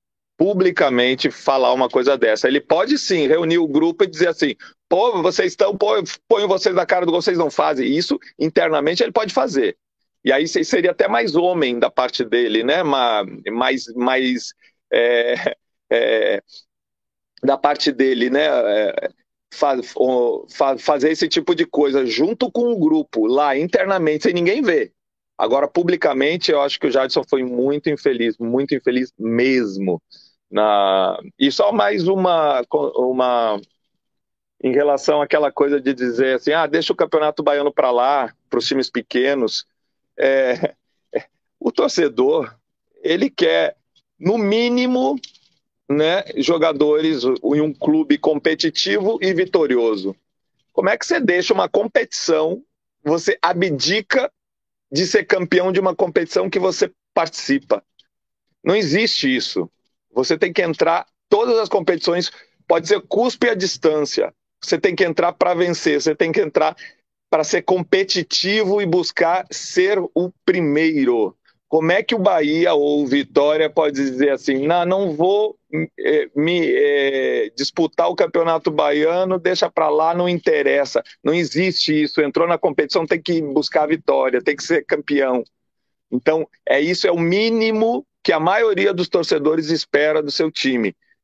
falar uma coisa dessa. Ele pode sim reunir o grupo e dizer assim, ponho vocês na cara do gol, vocês não fazem. Isso internamente ele pode fazer. E aí seria até mais homem da parte dele, né? Da parte dele, né? Fazer esse tipo de coisa junto com o grupo, lá internamente, sem ninguém ver. Agora, publicamente, eu acho que o Jadson foi muito infeliz mesmo. E só mais uma em relação àquela coisa de dizer assim, deixa o Campeonato Baiano para lá, para os times pequenos. O torcedor, ele quer, no mínimo, né, jogadores em um clube competitivo e vitorioso. Como é que você deixa uma competição, você abdica de ser campeão de uma competição que você participa? Não existe isso. Você tem que entrar, todas as competições, pode ser cuspe à distância. Você tem que entrar para vencer, você tem que entrar para ser competitivo e buscar ser o primeiro. Como é que o Bahia ou o Vitória pode dizer assim, não vou disputar o Campeonato Baiano, deixa para lá, não interessa. Não existe isso. Entrou na competição, tem que buscar a vitória, tem que ser campeão. Então, isso é o mínimo que a maioria dos torcedores espera do seu time.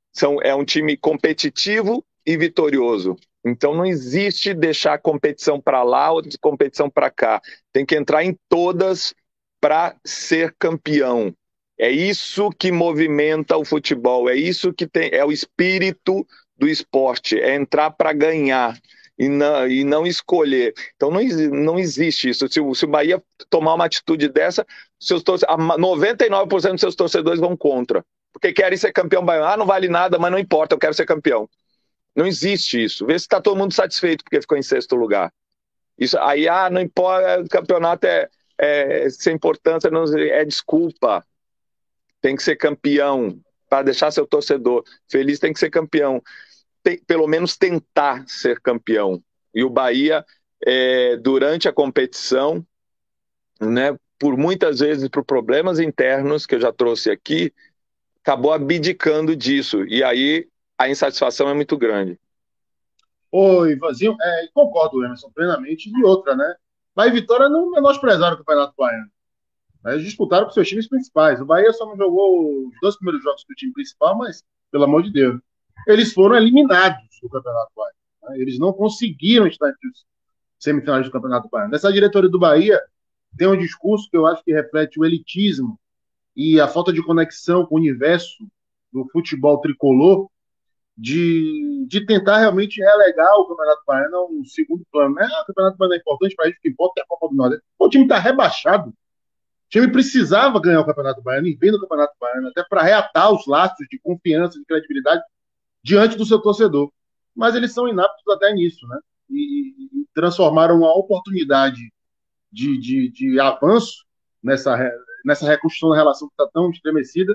É um time competitivo e vitorioso. Então não existe deixar a competição para lá ou competição para cá. Tem que entrar em todas para ser campeão. É isso que movimenta o futebol, é isso que é o espírito do esporte, é entrar para ganhar e não escolher. Então não existe isso. Se o Bahia tomar uma atitude dessa, 99% dos seus torcedores vão contra. Porque querem ser campeão baiano. Ah, não vale nada, mas não importa, eu quero ser campeão. Não existe isso. Vê se está todo mundo satisfeito porque ficou em sexto lugar. Isso, aí, não importa, o campeonato sem importância, não, é desculpa. Tem que ser campeão. Para deixar seu torcedor feliz, tem que ser campeão. Pelo menos tentar ser campeão. E o Bahia, durante a competição, né, por muitas vezes por problemas internos, que eu já trouxe aqui, acabou abdicando disso. E aí a insatisfação é muito grande. Oi, Ivanzinho, concordo, Emerson, plenamente. E outra, né? Bahia e Vitória não menosprezaram o Campeonato Baiano. Eles disputaram com seus times principais. O Bahia só não jogou os 2 primeiros jogos do time principal, mas, pelo amor de Deus, eles foram eliminados do Campeonato Baiano. Né? Eles não conseguiram estar entre os semifinais do Campeonato Baiano. Essa diretoria do Bahia tem um discurso que eu acho que reflete o elitismo e a falta de conexão com o universo do futebol tricolor, de tentar realmente relegar o Campeonato Baiano a um segundo plano. Né? O Campeonato Baiano é importante para a gente, o que importa é a Copa do Nordeste. O time está rebaixado. O time precisava ganhar o Campeonato Baiano e vir no Campeonato Baiano, até para reatar os laços de confiança, de credibilidade diante do seu torcedor. Mas eles são inaptos até nisso, né? E transformaram uma oportunidade de avanço nessa reconstrução da relação que está tão estremecida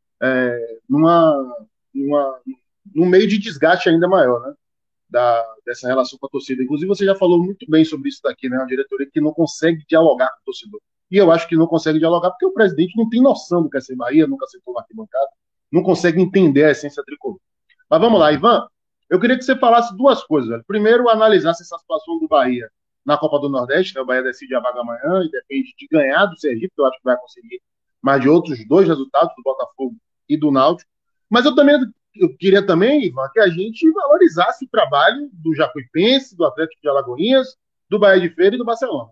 num meio de desgaste ainda maior, né? Dessa relação com a torcida. Inclusive, você já falou muito bem sobre isso daqui, né? Uma diretoria que não consegue dialogar com o torcedor. E eu acho que não consegue dialogar porque o presidente não tem noção do que é ser Bahia, nunca sentou na arquibancada, não consegue entender a essência tricolor. Mas vamos lá, Ivan. Eu queria que você falasse duas coisas. Velho. Primeiro, analisasse essa situação do Bahia na Copa do Nordeste. Né? O Bahia decide a vaga amanhã e depende de ganhar do Sergipe, que eu acho que vai conseguir, mas de outros 2 resultados, do Botafogo e do Náutico. Mas eu queria também, Ivan, que a gente valorizasse o trabalho do Jacuipense, do Atlético de Alagoinhas, do Bahia de Feira e do Barcelona.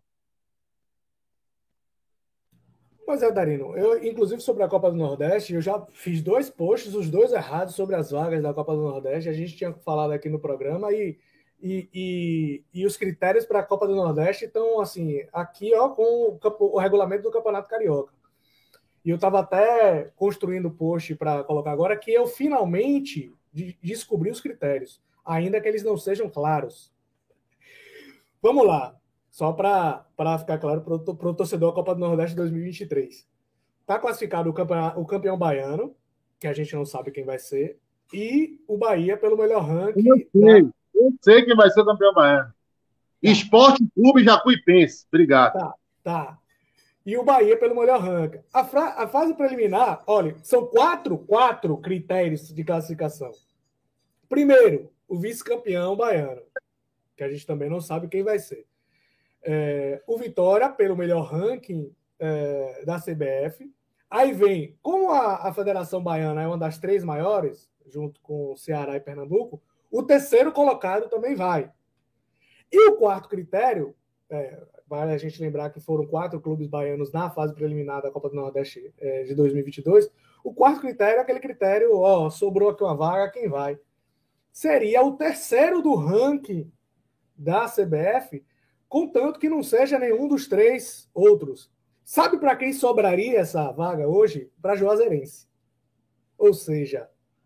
Pois é, Darino. Eu, inclusive, sobre a Copa do Nordeste, eu já fiz 2 posts, os 2 errados, sobre as vagas da Copa do Nordeste. A gente tinha falado aqui no programa e os critérios para a Copa do Nordeste estão, assim, aqui ó, com o regulamento do Campeonato Carioca. E eu estava até construindo o post para colocar agora que eu finalmente descobri os critérios, ainda que eles não sejam claros. Vamos lá, só para ficar claro para o torcedor da Copa do Nordeste 2023. Está classificado o campeão baiano, que a gente não sabe quem vai ser, e o Bahia pelo melhor ranking. Eu sei quem vai ser o campeão baiano. Tá. Esporte Clube Jacuipense. Obrigado. Tá. E o Bahia pelo melhor ranking. A fase preliminar, olha, são quatro critérios de classificação. Primeiro, o vice-campeão baiano, que a gente também não sabe quem vai ser. O Vitória pelo melhor ranking da CBF. Aí vem, como a Federação Baiana é uma das 3 maiores, junto com o Ceará e Pernambuco, o terceiro colocado também vai. E o quarto critério, vale a gente lembrar que foram 4 clubes baianos na fase preliminar da Copa do Nordeste de 2022. O quarto critério é aquele critério, sobrou aqui uma vaga, quem vai? Seria o terceiro do ranking da CBF, contanto que não seja nenhum dos 3 outros. Sabe para quem sobraria essa vaga hoje? Para Juazeirense. Ou seja,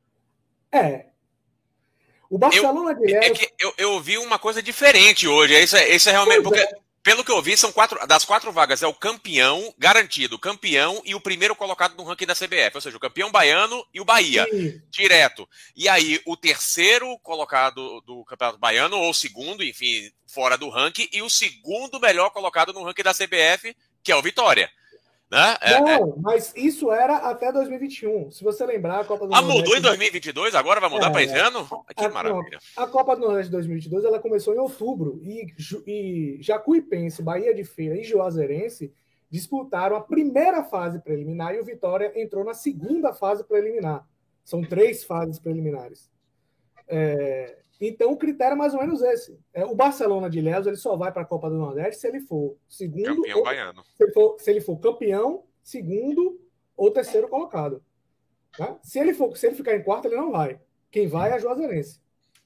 o Barcelona eu ouvi uma coisa diferente hoje. Isso é realmente. Porque, pelo que eu vi, são 4. Das 4 vagas, é o campeão garantido, campeão e o primeiro colocado no ranking da CBF. Ou seja, o campeão baiano e o Bahia. Sim. Direto. E aí, o terceiro colocado do Campeonato Baiano, ou o segundo, enfim, fora do ranking, e o segundo melhor colocado no ranking da CBF, que é o Vitória. Né? Não, mas isso era até 2021. Se você lembrar, a Copa do Nordeste... mudou em 2022? Agora vai mudar para esse ano? Que maravilha. A Copa do Nordeste de 2022 ela começou em outubro e Jacuipense, Bahia de Feira e Juazeirense disputaram a primeira fase preliminar e o Vitória entrou na segunda fase preliminar. São 3 fases preliminares. Então, o critério é mais ou menos esse. O Barcelona de Ilhéus, ele só vai para a Copa do Nordeste se ele for segundo... Campeão baiano. Se ele for campeão, segundo ou terceiro colocado. Tá? Se ele ficar em quarto, ele não vai. Quem vai é a Juazeirense.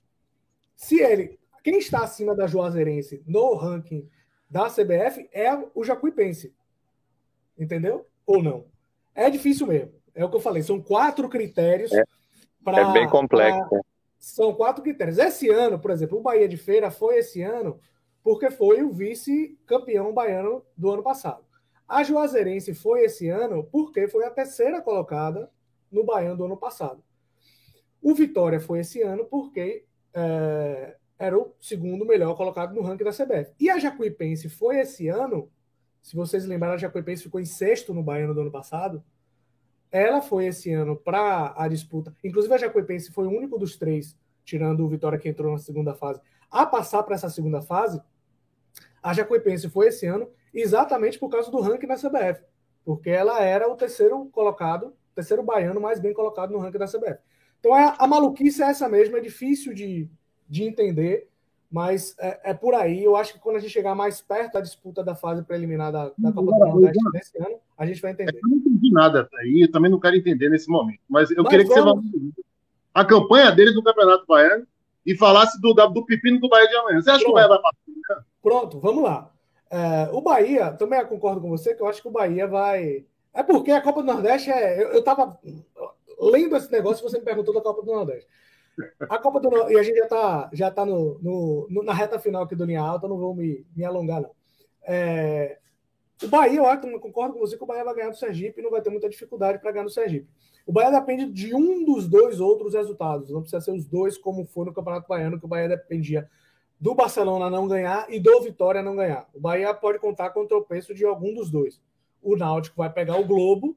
Quem está acima da Juazeirense no ranking da CBF é o Jacuipense. Entendeu? Ou não? É difícil mesmo. É o que eu falei. São 4 critérios para... É bem complexo. São 4 critérios. Esse ano, por exemplo, o Bahia de Feira foi esse ano porque foi o vice-campeão baiano do ano passado. A Juazeirense foi esse ano porque foi a terceira colocada no Baiano do ano passado. O Vitória foi esse ano porque era o segundo melhor colocado no ranking da CBF. E a Jacuipense foi esse ano, se vocês lembrarem, a Jacuipense ficou em 6º no Baiano do ano passado. Ela foi esse ano para a disputa. Inclusive, a Jacuipense foi o único dos 3, tirando o Vitória que entrou na segunda fase, a passar para essa segunda fase. A Jacuipense foi esse ano exatamente por causa do ranking da CBF, porque ela era o terceiro colocado, terceiro baiano mais bem colocado no ranking da CBF. Então, a maluquice é essa mesmo, é difícil de entender, mas é por aí. Eu acho que quando a gente chegar mais perto da disputa da fase preliminar da Copa do Nordeste desse ano, a gente vai entender. Eu não entendi nada até aí, eu também não quero entender nesse momento. Mas eu queria que você falasse a campanha deles no Campeonato Baiano e falasse do pepino do Bahia de amanhã. Você acha que o Bahia vai passar? Pronto, vamos lá. O Bahia, também concordo com você, que eu acho que o Bahia vai... É porque a Copa do Nordeste eu estava lendo esse negócio e você me perguntou da Copa do Nordeste. A Copa do Nordeste, e a gente já tá na reta final aqui do Linha Alta, não vou me alongar, não. O Bahia, eu concordo com você que o Bahia vai ganhar do Sergipe e não vai ter muita dificuldade para ganhar do Sergipe. O Bahia depende de um dos 2 outros resultados. Não precisa ser os 2 como foi no Campeonato Baiano, que o Bahia dependia do Barcelona não ganhar e do Vitória não ganhar. O Bahia pode contar com o tropeço de algum dos 2. O Náutico vai pegar o Globo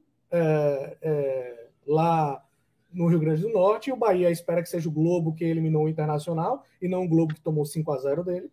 lá no Rio Grande do Norte, e o Bahia espera que seja o Globo que eliminou o Internacional e não o Globo que tomou 5-0 dele.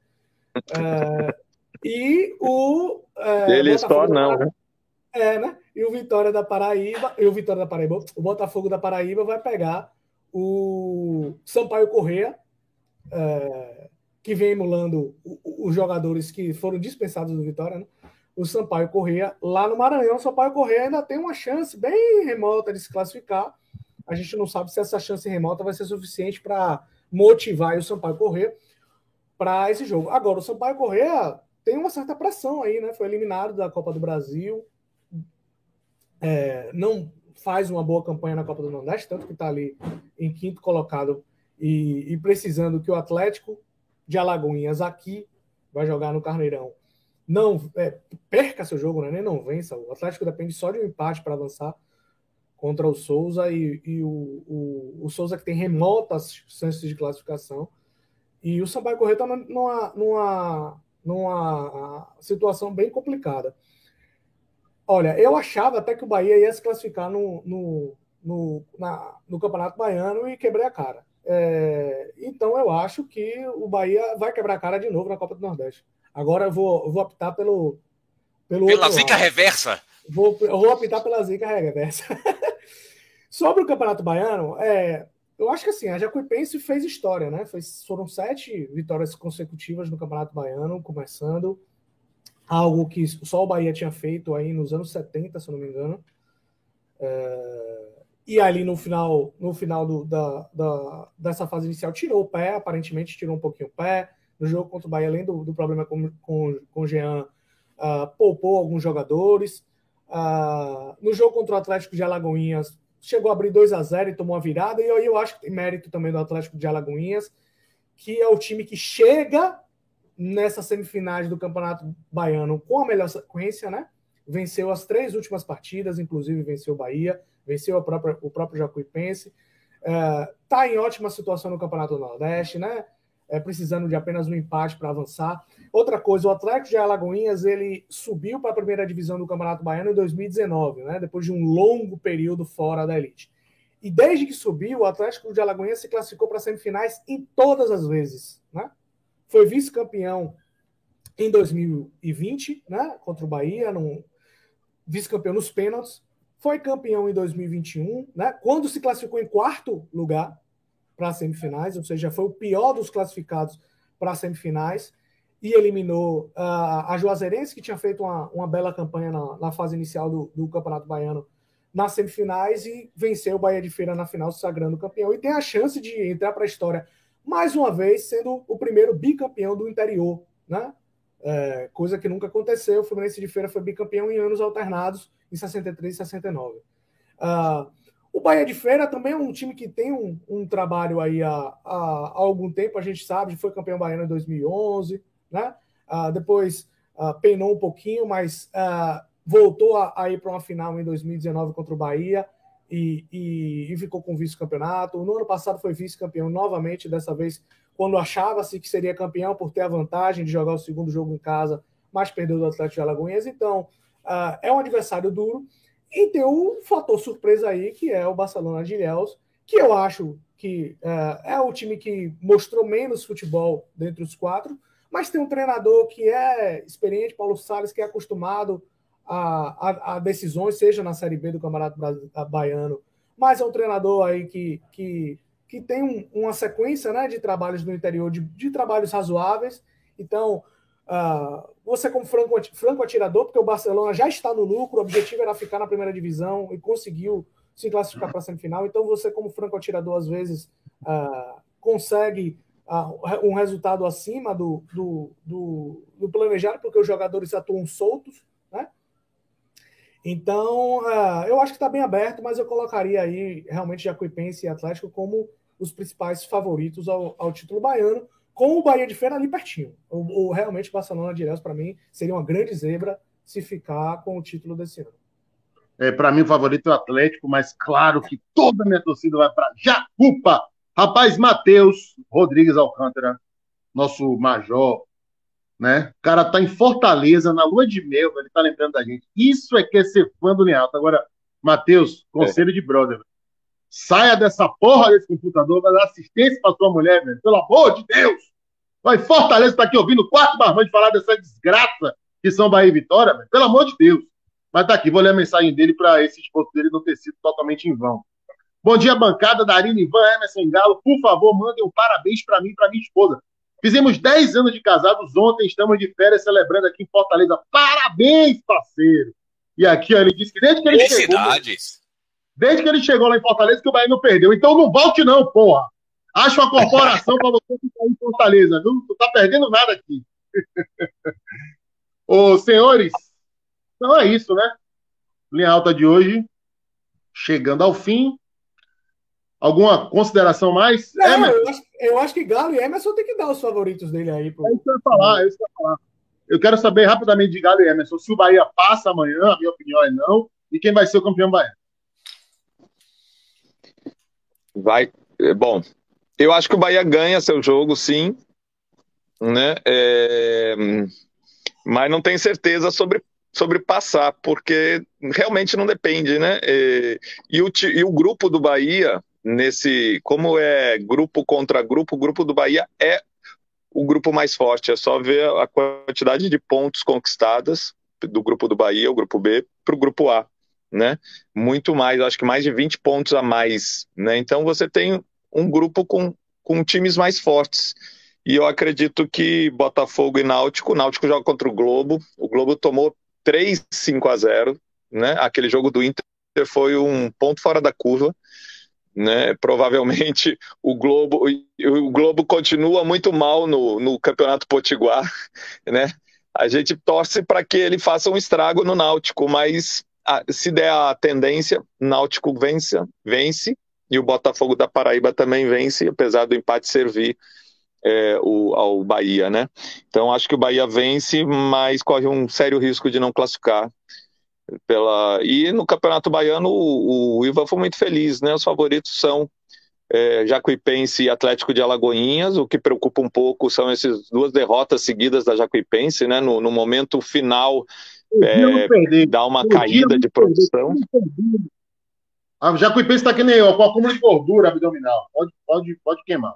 E o ele só não, né? Né? E o Vitória da Paraíba, o Botafogo da Paraíba vai pegar o Sampaio Corrêa, que vem emulando os jogadores que foram dispensados do Vitória, né? O Sampaio Corrêa lá no Maranhão. O Sampaio Corrêa ainda tem uma chance bem remota de se classificar. A gente não sabe se essa chance remota vai ser suficiente para motivar o Sampaio Corrêa para esse jogo. Agora, o Sampaio Corrêa tem uma certa pressão aí, né? Foi eliminado da Copa do Brasil, não faz uma boa campanha na Copa do Nordeste, tanto que está ali em 5º colocado e precisando que o Atlético de Alagoinhas aqui vai jogar no Carneirão. Não perca seu jogo, né? Nem não vença. O Atlético depende só de um empate para avançar contra o Souza e o Souza que tem remotas chances de classificação. E o Sampaio Corrêa está numa situação bem complicada. Olha, eu achava até que o Bahia ia se classificar no Campeonato Baiano e quebrei a cara. Então eu acho que o Bahia vai quebrar a cara de novo na Copa do Nordeste. Agora eu vou optar pela zica reversa? Eu vou optar pela zica reversa. Sobre o Campeonato Baiano, eu acho que assim, a Jacuipense fez história, né? Foram 7 vitórias consecutivas no Campeonato Baiano, começando algo que só o Bahia tinha feito aí nos anos 70, se eu não me engano. E ali no final dessa fase inicial tirou o pé, aparentemente tirou um pouquinho o pé. No jogo contra o Bahia, além do problema com o Jean, poupou alguns jogadores. No jogo contra o Atlético de Alagoinhas, chegou a abrir 2-0 e tomou a virada. E eu acho que tem mérito também do Atlético de Alagoinhas, que é o time que chega nessas semifinais do Campeonato Baiano com a melhor sequência, né? Venceu as 3 últimas partidas, inclusive venceu o Bahia, venceu o próprio Jacuipense. Está em ótima situação no Campeonato do Nordeste, né? Precisando de apenas um empate para avançar. Outra coisa, o Atlético de Alagoinhas ele subiu para a primeira divisão do Campeonato Baiano em 2019, né? Depois de um longo período fora da elite. E desde que subiu, o Atlético de Alagoinhas se classificou para semifinais em todas as vezes, né? Foi vice-campeão em 2020, né? Contra o Bahia, vice-campeão nos pênaltis. foi campeão em 2021, né? Quando se classificou em quarto lugar para as semifinais, ou seja, foi o pior dos classificados para as semifinais, e eliminou a Juazeirense, que tinha feito uma bela campanha na fase inicial do Campeonato Baiano, nas semifinais, e venceu o Bahia de Feira na final, se sagrando campeão, e tem a chance de entrar para a história mais uma vez, sendo o primeiro bicampeão do interior, né? Coisa que nunca aconteceu. O Fluminense de Feira foi bicampeão em anos alternados, em 63 e 69. O Bahia de Feira também é um time que tem um trabalho aí há algum tempo, a gente sabe, foi campeão baiano em 2011, né? Depois penou um pouquinho, mas voltou a ir para uma final em 2019 contra o Bahia e ficou com vice-campeonato. No ano passado foi vice-campeão novamente, dessa vez quando achava-se que seria campeão por ter a vantagem de jogar o segundo jogo em casa, mas perdeu do Atlético de Alagoinhas. Então, é um adversário duro. E tem um fator surpresa aí, que é o Barcelona de Ilhéus, que eu acho que é o time que mostrou menos futebol dentre os quatro, mas tem um treinador que é experiente, Paulo Salles, que é acostumado a decisões, seja na Série B do Campeonato Baiano, mas é um treinador aí que tem uma sequência, né, de trabalhos no interior, de trabalhos razoáveis. Então, você como franco atirador, porque o Barcelona já está no lucro, o objetivo era ficar na primeira divisão e conseguiu se classificar para a semifinal. Então, você como franco atirador, às vezes, consegue um resultado acima do planejado, porque os jogadores atuam soltos, né? Então, eu acho que está bem aberto, mas eu colocaria aí realmente Jacuipense e Atlético como os principais favoritos ao título baiano, com o Bahia de Feira ali pertinho. Realmente, Barcelona de Ilhéus, para mim, seria uma grande zebra se ficar com o título desse ano. Para mim, o favorito é o Atlético, mas claro que toda a minha torcida vai para Jacupa. Rapaz, Matheus Rodrigues Alcântara, nosso major, né? O cara tá em Fortaleza, na lua de mel, ele tá lembrando da gente. Isso é que é ser fã do Lealto. Agora, Matheus, conselho de brother, velho. Saia dessa porra desse computador, vai dar assistência pra sua mulher, velho. Pelo amor de Deus! Vai, Fortaleza tá aqui ouvindo o quarto barbante falar dessa desgraça que são Bahia e Vitória, velho. Pelo amor de Deus. Mas tá aqui, vou ler a mensagem dele pra esse esforço dele não ter sido totalmente em vão. Bom dia, bancada, Darino, Ivan, Emerson Galo. Por favor, mandem um parabéns para mim e para minha esposa. Fizemos 10 anos de casados ontem, estamos de férias celebrando aqui em Fortaleza. Parabéns, parceiro! E aqui ó, ele disse que desde que ele chegou... Desde que ele chegou lá em Fortaleza, que o Bahia não perdeu. Então não volte não, porra! Acha uma corporação para você ficar em Fortaleza, viu? Não tá perdendo nada aqui. Ô, senhores, então é isso, né? Linha alta de hoje, chegando ao fim. Alguma consideração mais? Não, eu acho que Galo e Emerson tem que dar os favoritos dele aí. É isso que eu ia falar, Eu quero saber rapidamente de Galo e Emerson se o Bahia passa amanhã, a minha opinião é não, e quem vai ser o campeão baiano. Bom, eu acho que o Bahia ganha seu jogo, sim, né? Mas não tenho certeza sobre passar, porque realmente não depende, né? E o grupo do Bahia, como é grupo contra grupo, o grupo do Bahia é o grupo mais forte. É só ver a quantidade de pontos conquistadas do grupo do Bahia, o grupo B, para o grupo A, né? Muito mais, acho que mais de 20 pontos a mais, né? Então você tem um grupo com times mais fortes. E eu acredito que Botafogo e Náutico, o Náutico joga contra o Globo tomou 3-5-0, né? Aquele jogo do Inter foi um ponto fora da curva, né? Provavelmente o Globo continua muito mal no Campeonato Potiguar, né? A gente torce para que ele faça um estrago no Náutico, mas se der a tendência, Náutico vence e o Botafogo da Paraíba também vence, apesar do empate servir ao Bahia, né? Então acho que o Bahia vence, mas corre um sério risco de não classificar. E no Campeonato Baiano o Ivan foi muito feliz, né? Os favoritos são Jacuipense e Atlético de Alagoinhas. O que preocupa um pouco são essas duas derrotas seguidas da Jacuipense, né? No momento final dá uma caída de produção. A Jacuipense está que nem eu, com acúmulo de gordura abdominal. Pode queimar.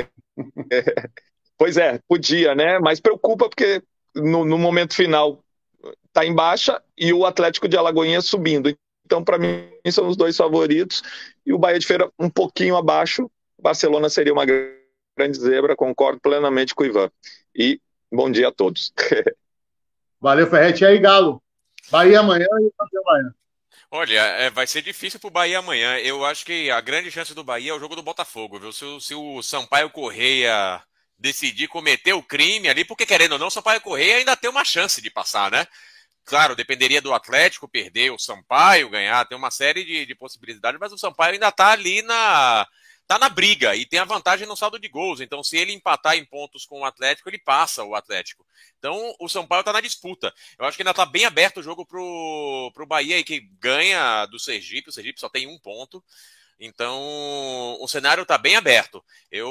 Pois é, podia, né? Mas preocupa porque no momento final está em baixa e o Atlético de Alagoinhas subindo. Então, para mim, são os dois favoritos. E o Bahia de Feira um pouquinho abaixo. Barcelona seria uma grande zebra, concordo plenamente com o Ivan. E bom dia a todos. Valeu, Ferretti. E aí, Galo? Bahia amanhã e campeão Bahia. Olha, vai ser difícil pro Bahia amanhã. Eu acho que a grande chance do Bahia é o jogo do Botafogo, viu? Se o Sampaio Correia decidir cometer o crime ali, porque querendo ou não, o Sampaio Correia ainda tem uma chance de passar, né? Claro, dependeria do Atlético perder, o Sampaio ganhar, tem uma série de possibilidades, mas o Sampaio ainda tá ali tá na briga e tem a vantagem no saldo de gols. Então, se ele empatar em pontos com o Atlético, ele passa o Atlético. Então, o Sampaio tá na disputa. Eu acho que ainda tá bem aberto o jogo pro Bahia aí, que ganha do Sergipe. O Sergipe só tem 1 ponto. Então, o cenário tá bem aberto.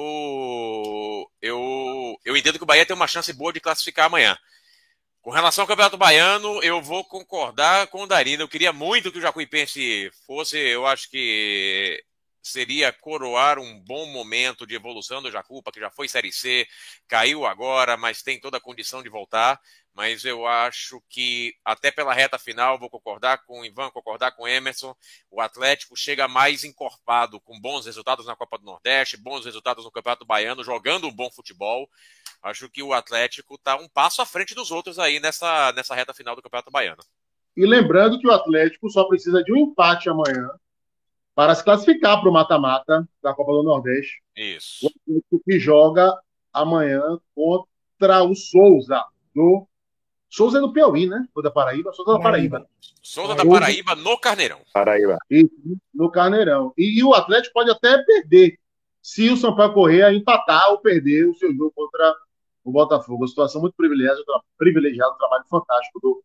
Eu entendo que o Bahia tem uma chance boa de classificar amanhã. Com relação ao Campeonato Baiano, eu vou concordar com o Darino. Eu queria muito que o Jacuipense fosse, eu acho que seria coroar um bom momento de evolução do Jacupa, que já foi Série C, caiu agora, mas tem toda a condição de voltar. Mas eu acho que, até pela reta final, vou concordar com o Ivan, concordar com o Emerson, o Atlético chega mais encorpado, com bons resultados na Copa do Nordeste, bons resultados no Campeonato Baiano, jogando um bom futebol. Acho que o Atlético está um passo à frente dos outros aí nessa reta final do Campeonato Baiano. E lembrando que o Atlético só precisa de um empate amanhã para se classificar para o mata-mata da Copa do Nordeste. Isso. O Atlético que joga amanhã contra o Souza. Souza é do Piauí, né? Ou da Paraíba? Souza da Paraíba. Souza da Paraíba no Carneirão. Paraíba. Isso, no Carneirão. E o Atlético pode até perder se o Sampaio Corrêa empatar ou perder o seu jogo contra o Botafogo. Uma situação muito privilegiada, um trabalho fantástico do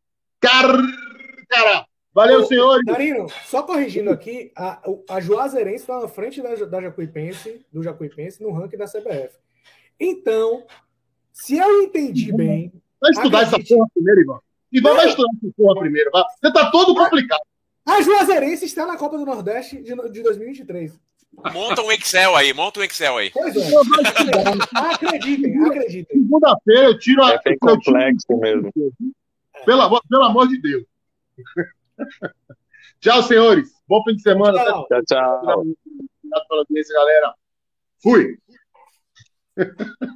cara. Valeu, senhores! Darino, só corrigindo aqui, a Juazeirense está na frente da Jacuipense, do Jacuipense, no ranking da CBF. Então, se eu entendi bem... Vai estudar essa porra primeiro, Ivan. Ivan vai estudar essa porra primeiro. Vai. Você tá todo complicado. A Juazeirense está na Copa do Nordeste de 2023. Monta um Excel aí. Pois é. Acreditem. Segunda-feira eu tiro a... É bem complexo mesmo. Pelo amor de Deus. Tchau, senhores. Bom fim de semana. Tchau. Obrigado pela audiência, galera. Fui.